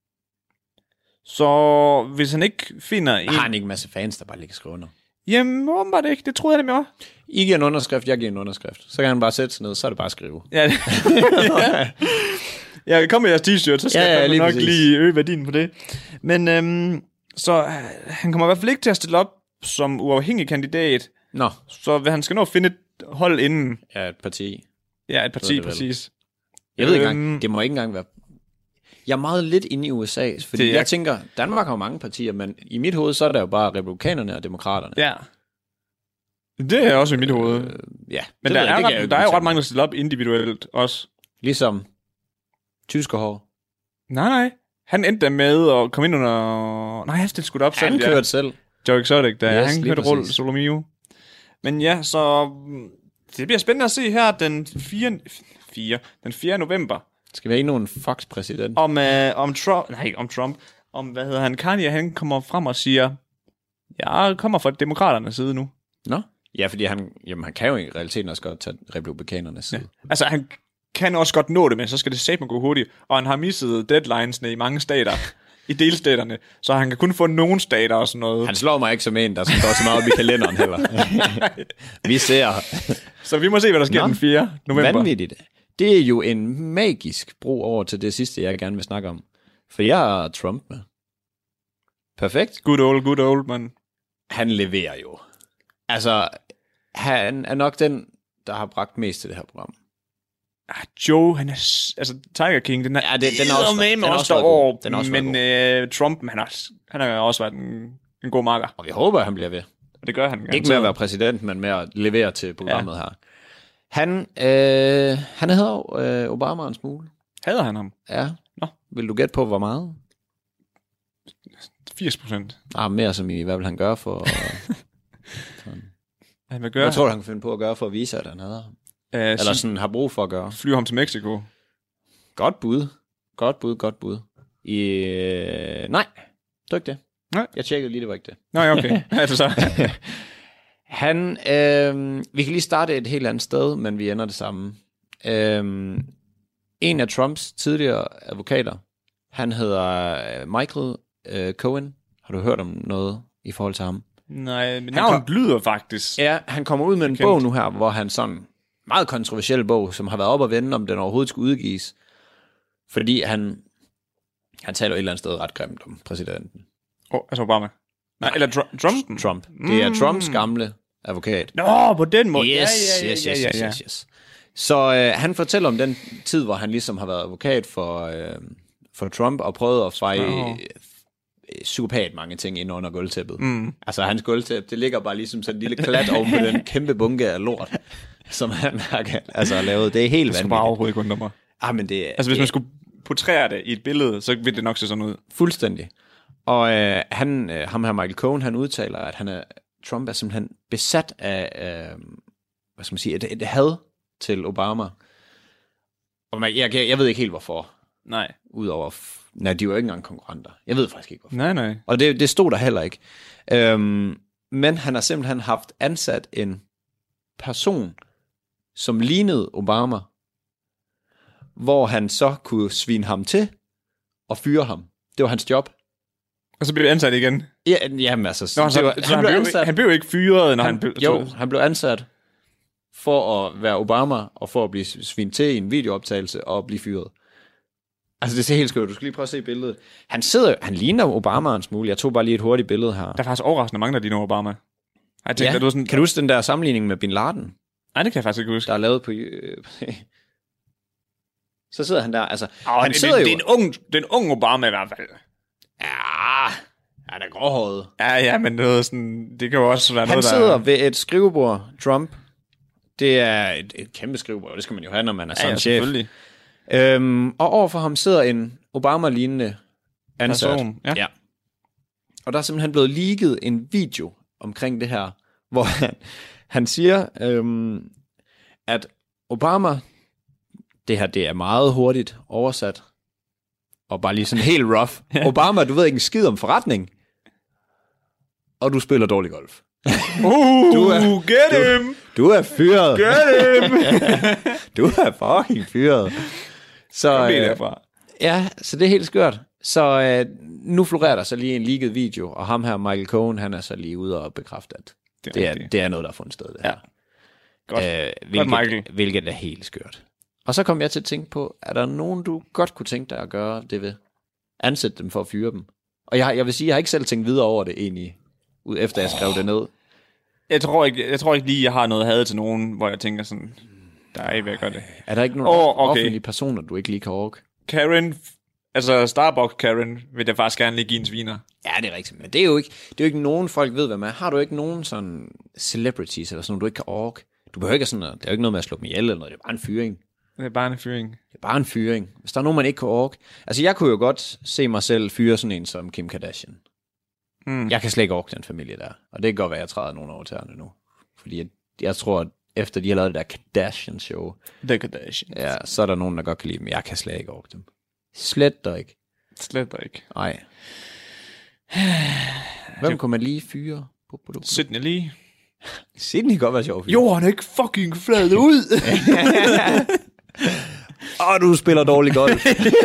Så hvis han ikke finder en... Har han ikke en masse fans, der bare ligger skrive under? Jamen, åbenbart ikke. Det troede jeg nemlig også. I giver en underskrift, jeg giver en underskrift. Så kan han bare sætte sig ned, så er det bare at skrive. Ja, ja. Ja, kom med jeres t-shirt, så skal Ja, ja, jeg lige nok præcis. lige øge værdien på det. Men øhm, så øh, han kommer i hvert fald ikke til at stille op som uafhængig kandidat, Nå, så han skal nå at finde et hold inden. ja, et parti. Ja, et parti, det vel. præcis. Jeg ved ikke Øhm. engang, det må ikke engang være... Jeg er meget lidt inde i U S A, fordi Det er- jeg tænker, Danmark har jo mange partier, men i mit hoved, så er der jo bare republikanerne og demokraterne. Ja. Det er også i mit hoved. Øh, ja, Men det der ved jeg, er, det kan jeg ret, ikke der er jo udtale ret mig. mange, der stiller op individuelt også. Ligesom tyskerhår. Nej, nej. Han endte da med at komme ind under... Nej, han stillede sgu da op Han selv. kørte selv. Joe Exotic, der Yes, han lige kørte rull præcis. Solomio. Men ja, så mm, det bliver spændende at se her den fjerde, fjerde, den fjerde november, Skal vi have endnu en Fox-præsident? om, øh, om Trump, nej, om Trump, om, hvad hedder han, Kanye, han kommer frem og siger, jeg kommer fra demokraternes side nu. Nå? Ja, fordi han, jamen, han kan jo i realiteten også godt tage republikanernes side. Ja. Altså, han kan også godt nå det, men så skal det satme gå hurtigt, og han har misset deadlinesne i mange stater, i delstaterne, så han kan kun få nogle stater og sådan noget. Han slår mig ikke som en, der sådan går så meget op i kalenderen heller. Vi ser. Så vi må se, hvad der sker Nå, den fjerde november. Vanvittigt. Det er jo en magisk bro over til det sidste, jeg gerne vil snakke om. For jeg har Trump med. Perfekt. Good old, good old, man. Han leverer jo. Altså, han er nok den, der har bragt mest til det her program. Ah, Joe, han er... s- Altså, Tiger King, den er... Ja, det- den er også- med den er også også været derovre, god. Den har også men øh, Trump, han har, han har også været en, en god marker. Og vi håber, at han bliver ved. Og det gør han. Ikke med at være præsident, men med at levere til programmet ja. her. Han, øh, han hedder øh, Obama en smule. Hader han ham? Ja. Nå. Vil du gætte på, hvor meget? firs procent. Ah, mere som i, hvad vil han gøre for... Han vil gøre... Hvad tror du, han kan finde på at gøre for at vise, at han hader ham? Uh, Eller sådan har brug for at gøre? flyve ham til Mexico. Godt bud. Godt bud, godt bud. I, øh, nej, det var ikke det. Nej. Jeg tjekkede lige, det var ikke det. Nå ja, okay. altså så. Han, øh, vi kan lige starte et helt andet sted, men vi ender det samme. Øh, en af Trumps tidligere advokater, han hedder Michael øh, Cohen. Har du hørt om noget i forhold til ham? Nej, men Han navnet kom- lyder faktisk. Ja, han kommer ud med en Kendt. bog nu her, hvor han sådan meget kontroversiel bog, som har været op at vende, om den overhovedet skulle udgives. Fordi han, han taler jo et eller andet sted ret grimt om præsidenten. Oh, altså Obama. Nej, eller Tr- Trump. Trump. Det er Mm. Trumps gamle advokat. Nå, på den måde. Yes, ja, ja, yes, ja, yes, ja, yes, ja. yes, yes. Så øh, han fortæller om den tid, hvor han ligesom har været advokat for, øh, for Trump, og prøvet at feje Nå. øh, psykopat mange ting ind under gulvtæppet. Mm. Altså hans gulvtæppe, det ligger bare ligesom sådan en lille klat oven på den kæmpe bunke af lort, som han har altså, lavet. Det er helt Det skal bare vanvittigt. overhovedet ikke undre mig. Ah, men det, Altså, hvis det man skulle portrære det i et billede, så ville det nok se sådan ud. fuldstændig. Og øh, han, øh, ham her Michael Cohen, han udtaler, at han er, Trump er simpelthen besat af, øh, hvad skal man sige, et, et had til Obama. Og man, jeg, jeg ved ikke helt hvorfor, Nej. udover, f- nej, de var jo ikke engang konkurrenter. Jeg ved faktisk ikke hvorfor. Nej, nej. Og det, det stod der heller ikke. Øhm, men han har simpelthen haft ansat en person, som lignede Obama, hvor han så kunne svine ham til og fyre ham. Det var hans job. Og så blev det ansat igen. Ja, jamen altså, Nå, så, det var, så han, blev, ansat. han blev jo ikke fyret, når han, han, blev... jo, han blev ansat for at være Obama, og for at blive svint til i en videooptagelse og blive fyret. Altså, det ser helt skørt. Du skal lige prøve at se billedet. Han sidder, han ligner Obama en smule. Jeg tog bare lige et hurtigt billede her. Der er faktisk overraskende mange, der ligner Obama. Jeg tænkte, Ja. at du sådan... Kan du huske den der sammenligning med Bin Laden, Nej, det kan jeg faktisk ikke huske. der er lavet på... Øh, så sidder han der, altså... Oh, han det, sidder det, jo... det, er en ung, det er en ung Obama i hvert fald. Ja, han er gråhåret. Ja, ja, men det, er sådan, det kan jo også være Han noget, der... sidder ved et skrivebord, Trump. Det er et, et kæmpe skrivebord, det skal man jo have, når man er ja, sådan ja, chef. selvfølgelig. Øhm, og overfor ham sidder en Obama-lignende ansat. Person, ja. ja. Og der er simpelthen blevet leaget en video omkring det her, hvor han, han siger, øhm, at Obama, det her det er meget hurtigt oversat, og bare lige sådan helt rough. Obama, du ved ikke en skid om forretning, og du spiller dårlig golf. Uh, du er, get du, him! Du er fyret. Get him! Du er fucking fyret. Så, øh, ja, så det er helt skørt. Så øh, nu florerer der så lige en leaget video, og ham her, Michael Cohen, han er så lige ude og bekræfte, at det er, det er, det er noget, der er fundet sted. Det her. Ja. Godt. Øh, hvilket, godt, Michael. Hvilket er helt skørt. Og så kom jeg til at tænke på, er der nogen, du godt kunne tænke dig at gøre det ved? Ansætte dem for at fyre dem. Og jeg, jeg vil sige, jeg har ikke selv tænkt videre over det egentlig, ud efter jeg skrev oh. det ned. Jeg tror, ikke, jeg tror ikke lige, jeg har noget had til nogen, hvor jeg tænker sådan, der er ikke ved at gøre det. Er der ikke nogen oh, okay. offentlige personer, du ikke lige kan orke? Karen, altså Starbucks Karen, vil jeg faktisk gerne lige give en sviner. Ja, det er rigtigt, men det er jo ikke, det er jo ikke nogen folk ved, hvad man er. Har du ikke nogen sådan celebrities eller sådan noget, du ikke kan orke? Du behøver ikke sådan noget, det er jo ikke noget med at slå dem ihjel eller noget, det er bare en fyring. Det er bare en fyring. Det er bare en fyring. Hvis der er nogen, man ikke kan orke. Altså, jeg kunne jo godt se mig selv fyre sådan en som Kim Kardashian. Mm. Jeg kan slet ikke orke den familie der. Og det kan godt være, at jeg træder nogle over tæerne nu. Fordi jeg, jeg tror, at efter de har lavet det der Kardashian-show, The Kardashians. Ja, så er der nogen, der godt kan lide dem. Jeg kan slet ikke orke dem. Slet der ikke. Slet der ikke. Nej. Hvem det... kunne man lige fyre? Sydney Lee. Sydney kan godt være sjov. Jorden er ikke fucking flad ud. Åh, oh, du spiller dårlig golf.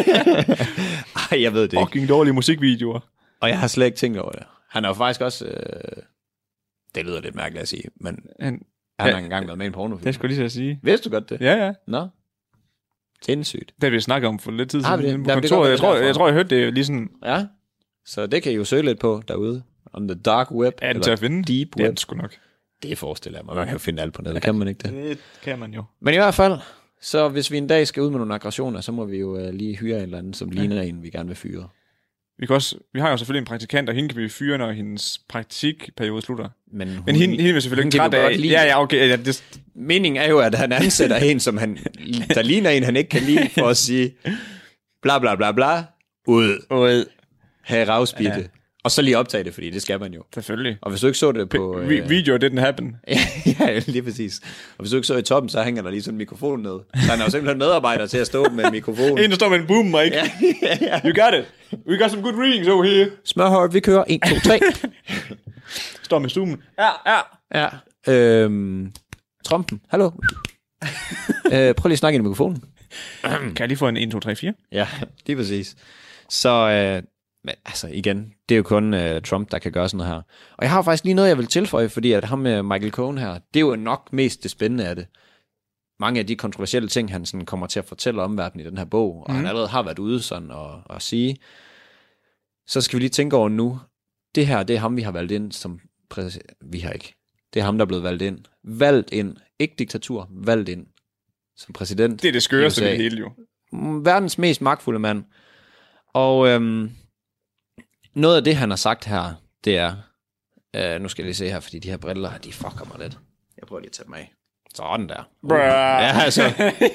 Ej, jeg ved det ikke. Fucking dårlige musikvideoer. Og jeg har slet ikke tænkt over det. Han er jo faktisk også... Øh... Det lyder lidt mærkeligt at sige, men han, han ja, har engang været med i en pornofilm. Det skulle lige så sige. Vidste du godt det? Ja, ja. Nå. Sindssygt. Det har vi snakket om for lidt tid siden. Jamen, på kontoret. Jeg tror, jeg tror, jeg hørte det lige sådan... Ja. Så det kan I jo søge lidt på derude. On the dark web. Ja, eller deep web. Det er sgu nok. Det forestiller jeg mig. Man kan jo finde alt på nettet. Kan man ikke det? Det kan man jo. Men i hvert fald, så hvis vi en dag skal ud med nogle aggressioner, så må vi jo uh, lige hyre en eller anden, som ja. ligner en, vi gerne vil fyre. Vi, kan også, vi har jo selvfølgelig en praktikant, og hende kan vi fyre, når hendes praktikperiode slutter. Men, hun, Men hende, hende vil selvfølgelig ikke af. Ja, ja, okay. Ja, det... Meningen er jo, at han ansætter en, som han, der ligner en, han ikke kan lide, for at sige, bla bla bla bla, ud. Ud. Have ravsbitte. Ja. Og så lige optage det, fordi det skal man jo. Selvfølgelig. Og hvis du ikke så det på... P- øh... Video didn't happen. Ja, lige præcis. Og hvis du ikke så i toppen, så hænger der lige sådan en mikrofon ned. Så han er jo simpelthen medarbejder til at stå med en mikrofon. En, der står med en boom mic. Ja, ja, ja. You got it. We got some good readings over here. Smørhøjt, vi kører. en, to, tre. Står med zoomen. Ja, ja. Ja. Øhm, Trumpen, hallo. øh, prøv lige at snakke ind i mikrofonen. Kan jeg lige få en en, to, tre, fire? Ja, lige præcis. Så... Øh, Men altså igen, det er jo kun uh, Trump, der kan gøre sådan noget her. Og jeg har faktisk lige noget, jeg vil tilføje, fordi at ham med Michael Cohen her, det er jo nok mest det spændende af det. Mange af de kontroversielle ting, han sådan kommer til at fortælle om verden i den her bog, og mm. han allerede har været ude sådan og, og sige, så skal vi lige tænke over nu, det her, det er ham, vi har valgt ind som præsident. Vi har ikke. Det er ham, der er blevet valgt ind. Valgt ind. Ikke diktatur, valgt ind som præsident. Det er det skøreste det hele jo. Verdens mest magtfulde mand. Og... Øhm, noget af det, han har sagt her, det er, øh, nu skal jeg lige se her, fordi de her briller, de fucker mig lidt. Jeg prøver lige at tage dem af. Sådan der. Uh. Ja, altså.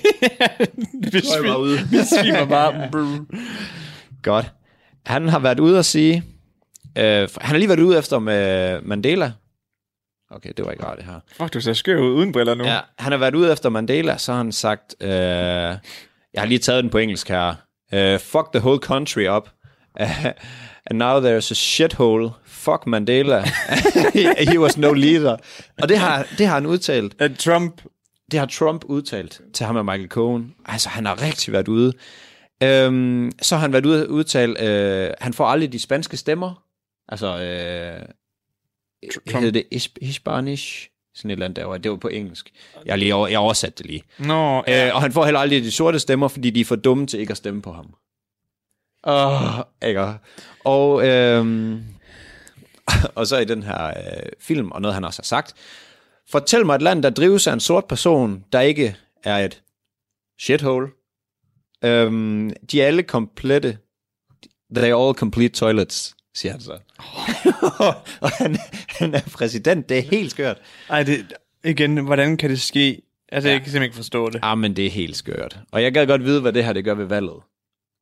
Vi svimer bare. Godt. Han har været ude at sige, øh, han har lige været ude efter med Mandela. Okay, det var ikke rart det her. Fuck, du ser skør ud uden briller nu. Ja, han har været ude efter Mandela, så har han sagt, øh, jeg har lige taget den på engelsk her. Uh, fuck the whole country up. Uh, And now there's a shithole. Fuck Mandela. he, he was no leader. Og det har, det har han udtalt. At Trump... Det har Trump udtalt til ham og Michael Cohen. Altså, han har rigtig været ude. Øhm, så har han været ude og udtale, øh, han får aldrig de spanske stemmer. Altså, øh, hedder det Hispanisch? Sådan et eller andet derovre. Det var på engelsk. Jeg, lige over, jeg oversatte det lige. Nå, ja. øh, og han får heller aldrig de sorte stemmer, fordi de er for dumme til ikke at stemme på ham. Åh, oh, ikke. Og, øhm, og så i den her øh, film, og noget han også har sagt, fortæl mig et land, der drives af en sort person, der ikke er et shithole. Øhm, de er alle komplette. They are all complete toilets, siger han så. Oh. Og han, han er præsident, det er helt skørt. Ej, det, igen, hvordan kan det ske? Altså, ja. Jeg kan simpelthen ikke forstå det. Ah, men det er helt skørt. Og jeg gad godt vide, hvad det her det gør ved valget.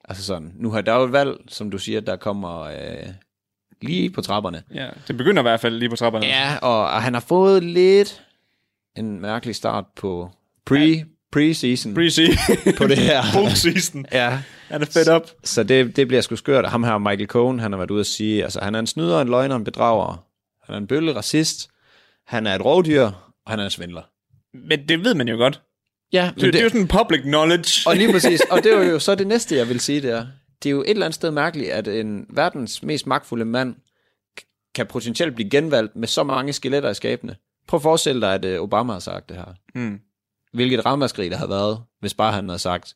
Altså sådan, nu har der jo et valg, som du siger, der kommer øh, lige på trapperne. Ja, det begynder i hvert fald lige på trapperne. Ja, og, og han har fået lidt en mærkelig start på pre, ja. pre-season. Pre-season. På det her. Full-season. Ja. Han er fedt op. Så det, det bliver sgu skørt. Ham her, Michael Cohen, han har været ude at sige, altså han er en snyder, en løgner, en bedrager. Han er en bølle, racist. Han er et rovdyr, og han er en svindler. Men det ved man jo godt. Ja, det, det, det er jo sådan public knowledge. Og lige præcis, og det er jo så det næste, jeg vil sige, det er. Det er jo et eller andet sted mærkeligt, at en verdens mest magtfulde mand kan potentielt blive genvalgt med så mange skeletter i skabene. Prøv at forestille dig, at Obama har sagt det her. Mm. Hvilket ramaskrig der havde været, hvis bare han havde sagt,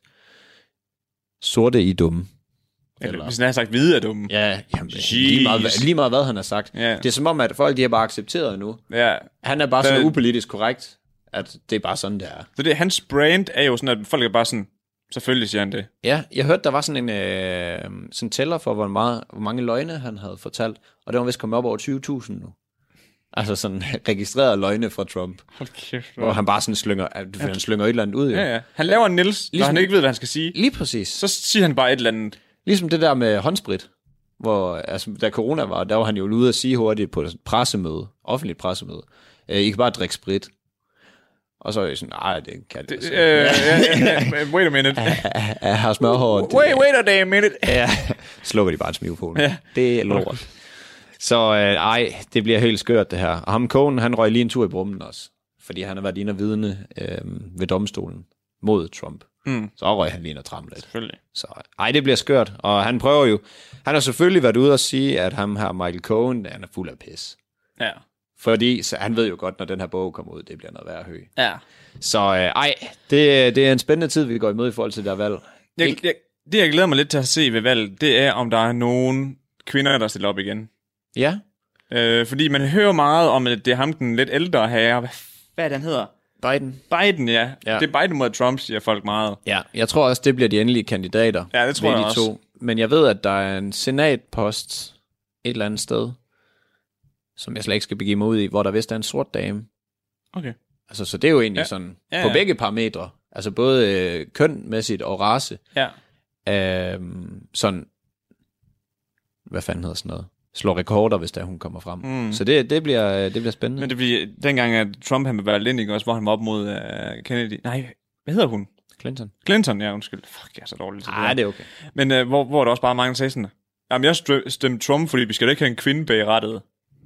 sorte I dumme. Eller, eller hvis han havde sagt, hvide er dumme. Ja, jamen, lige, meget, lige meget hvad han har sagt. Yeah. Det er som om, at folk de har bare accepteret nu. Yeah. Han er bare så upolitisk korrekt, at det er bare sådan, det er. Så det, hans brand er jo sådan, at folk er bare sådan, selvfølgelig siger han det. Ja, jeg hørte, der var sådan en øh, sådan tæller for, hvor, meget, hvor mange løgne han havde fortalt, og det var vist kommet op over tyve tusind nu. Altså sådan registrerede løgne fra Trump. Hold kæft. Hvor han bare sådan slynger, ja. han slynger et eller andet ud. Jo. Ja, ja. Han laver en Niels, ligesom, når han ikke ved, hvad han skal sige. Lige præcis. Så siger han bare et eller andet. Ligesom det der med håndsprit, hvor altså, da corona var, der var han jo ude at sige hurtigt på et pressemøde, offentligt pressemøde, I kan bare drikke sprit. Og så er jeg sådan, nej, det kan det altså. Uh, wait a minute. Jeg har smørhår. Wait, wait a damn minute. Ja, slukker de bare et smil på. Ja. Det er lort. Så øh, ej, det bliver helt skørt det her. Og ham Cohen, han røg lige en tur i brummen også. Fordi han har været inde og vidne øh, ved domstolen mod Trump. Mm. Så røg han lige ind og tramle lidt. Selvfølgelig. Så ej, det bliver skørt. Og han prøver jo, han har selvfølgelig været ude og sige, at ham her Michael Cohen, han er fuld af pis. Ja. Fordi så han ved jo godt, når den her bog kommer ud, det bliver noget værre høj. Ja. Så øh, ej, det, det er en spændende tid, vi går imod i forhold til det der valg. Jeg, jeg, det, jeg glæder mig lidt til at se ved valget, det er, om der er nogen kvinder, der stiller op igen. Ja. Øh, fordi man hører meget om, at det er ham, den lidt ældre herre. Hvad, hvad er det, han hedder? Biden. Biden, ja. ja. Det er Biden mod Trump, siger folk meget. Ja, jeg tror også, det bliver de endelige kandidater. Ja, det tror jeg de også. To. Men jeg ved, at der er en senatpost et eller andet sted, som jeg slet ikke skal begive mig ud i, hvor der vist er en sort dame. Okay. Altså, så det er jo egentlig ja. sådan, ja, ja. på begge parametre, altså både øh, kønmæssigt og race, ja. øh, sådan, hvad fanden hedder sådan noget, slår rekorder, hvis der hun kommer frem. Mm. Så det, det, bliver, det bliver spændende. Men det bliver, dengang at Trump han var valgt ind, ikke, også, hvor han var op mod uh, Kennedy. Nej, hvad hedder hun? Clinton. Clinton, ja, undskyld. Fuck, jeg er så dårlig til det. Nej, det er okay. Men uh, hvor, hvor der også bare mange, der sagde sådan, jamen jeg stemte Trump, fordi vi skal da ikke have en kvinde bag rattet.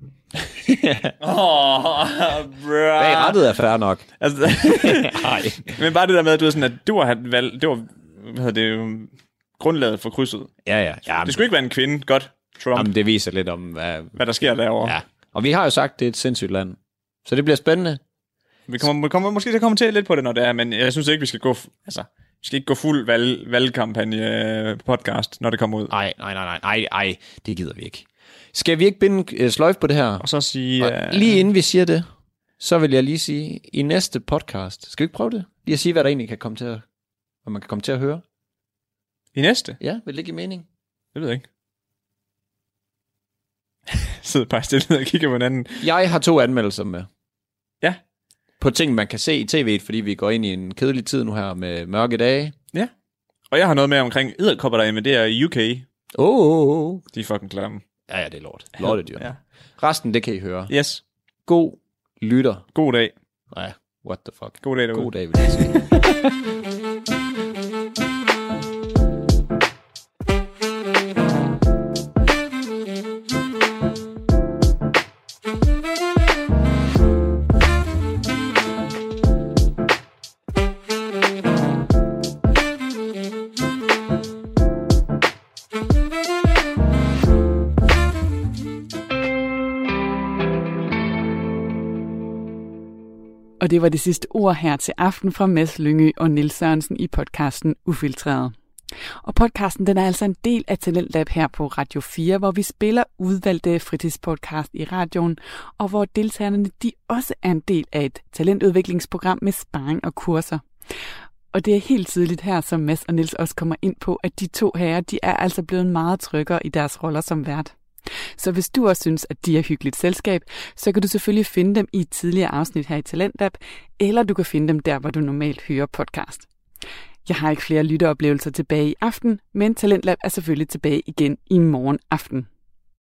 Åh, oh, bro. Bag rattet er fair nok. Altså, men bare det der med, at du ved sådan, at det var, valg, det var hvad hedder det, grundlaget for krydset. Ja, ja. ja det skulle ikke være en kvinde. Godt, Trump. Jamen, det viser lidt om, hvad, hvad der sker derovre. Ja. Og vi har jo sagt, det er et sindssygt land. Så det bliver spændende. Vi kommer, vi kommer måske til at kommentere lidt på det, når det er, men jeg synes ikke, vi skal gå, altså, vi skal ikke gå fuld valg, valgkampagne podcast, når det kommer ud. Nej, nej, nej, nej, nej, det gider vi ikke. Skal vi ikke binde sløjf på det her? Og så sige... Og lige inden vi siger det, så vil jeg lige sige, i næste podcast, skal vi ikke prøve det? Lige at sige, hvad der egentlig kan komme til at, hvad man kan komme til at høre. I næste? Ja, vil det ikke give mening? Det ved jeg ikke. Sidder bare stille og kigger på hinanden. Jeg har to anmeldelser med. Ja. På ting, man kan se i tv'et, fordi vi går ind i en kedelig tid nu her med mørke dage. Ja. Og jeg har noget med omkring edderkopper derinde, men det er U K. Åh, oh, oh, oh. De er fucking klamme. Ja, ja, det er lort. Lortedyr. Ja. Resten, det kan I høre. Yes. God lytter. God dag. Nej, what the fuck. God dag derude. God dag, vil jeg sige. Og det var det sidste ord her til aften fra Mads Lyngø og Niels Sørensen i podcasten Ufiltreret. Og podcasten den er altså en del af Talentlab her på Radio fire, hvor vi spiller udvalgte fritidspodcast i radioen, og hvor deltagerne de også er en del af et talentudviklingsprogram med sparring og kurser. Og det er helt tydeligt her, som Mads og Niels også kommer ind på, at de to herrer de er altså blevet meget tryggere i deres roller som vært. Så hvis du også synes, at de er hyggeligt selskab, så kan du selvfølgelig finde dem i et tidligere afsnit her i Talentlab, eller du kan finde dem der, hvor du normalt hører podcast. Jeg har ikke flere lytteoplevelser tilbage i aften, men Talentlab er selvfølgelig tilbage igen i morgen aften.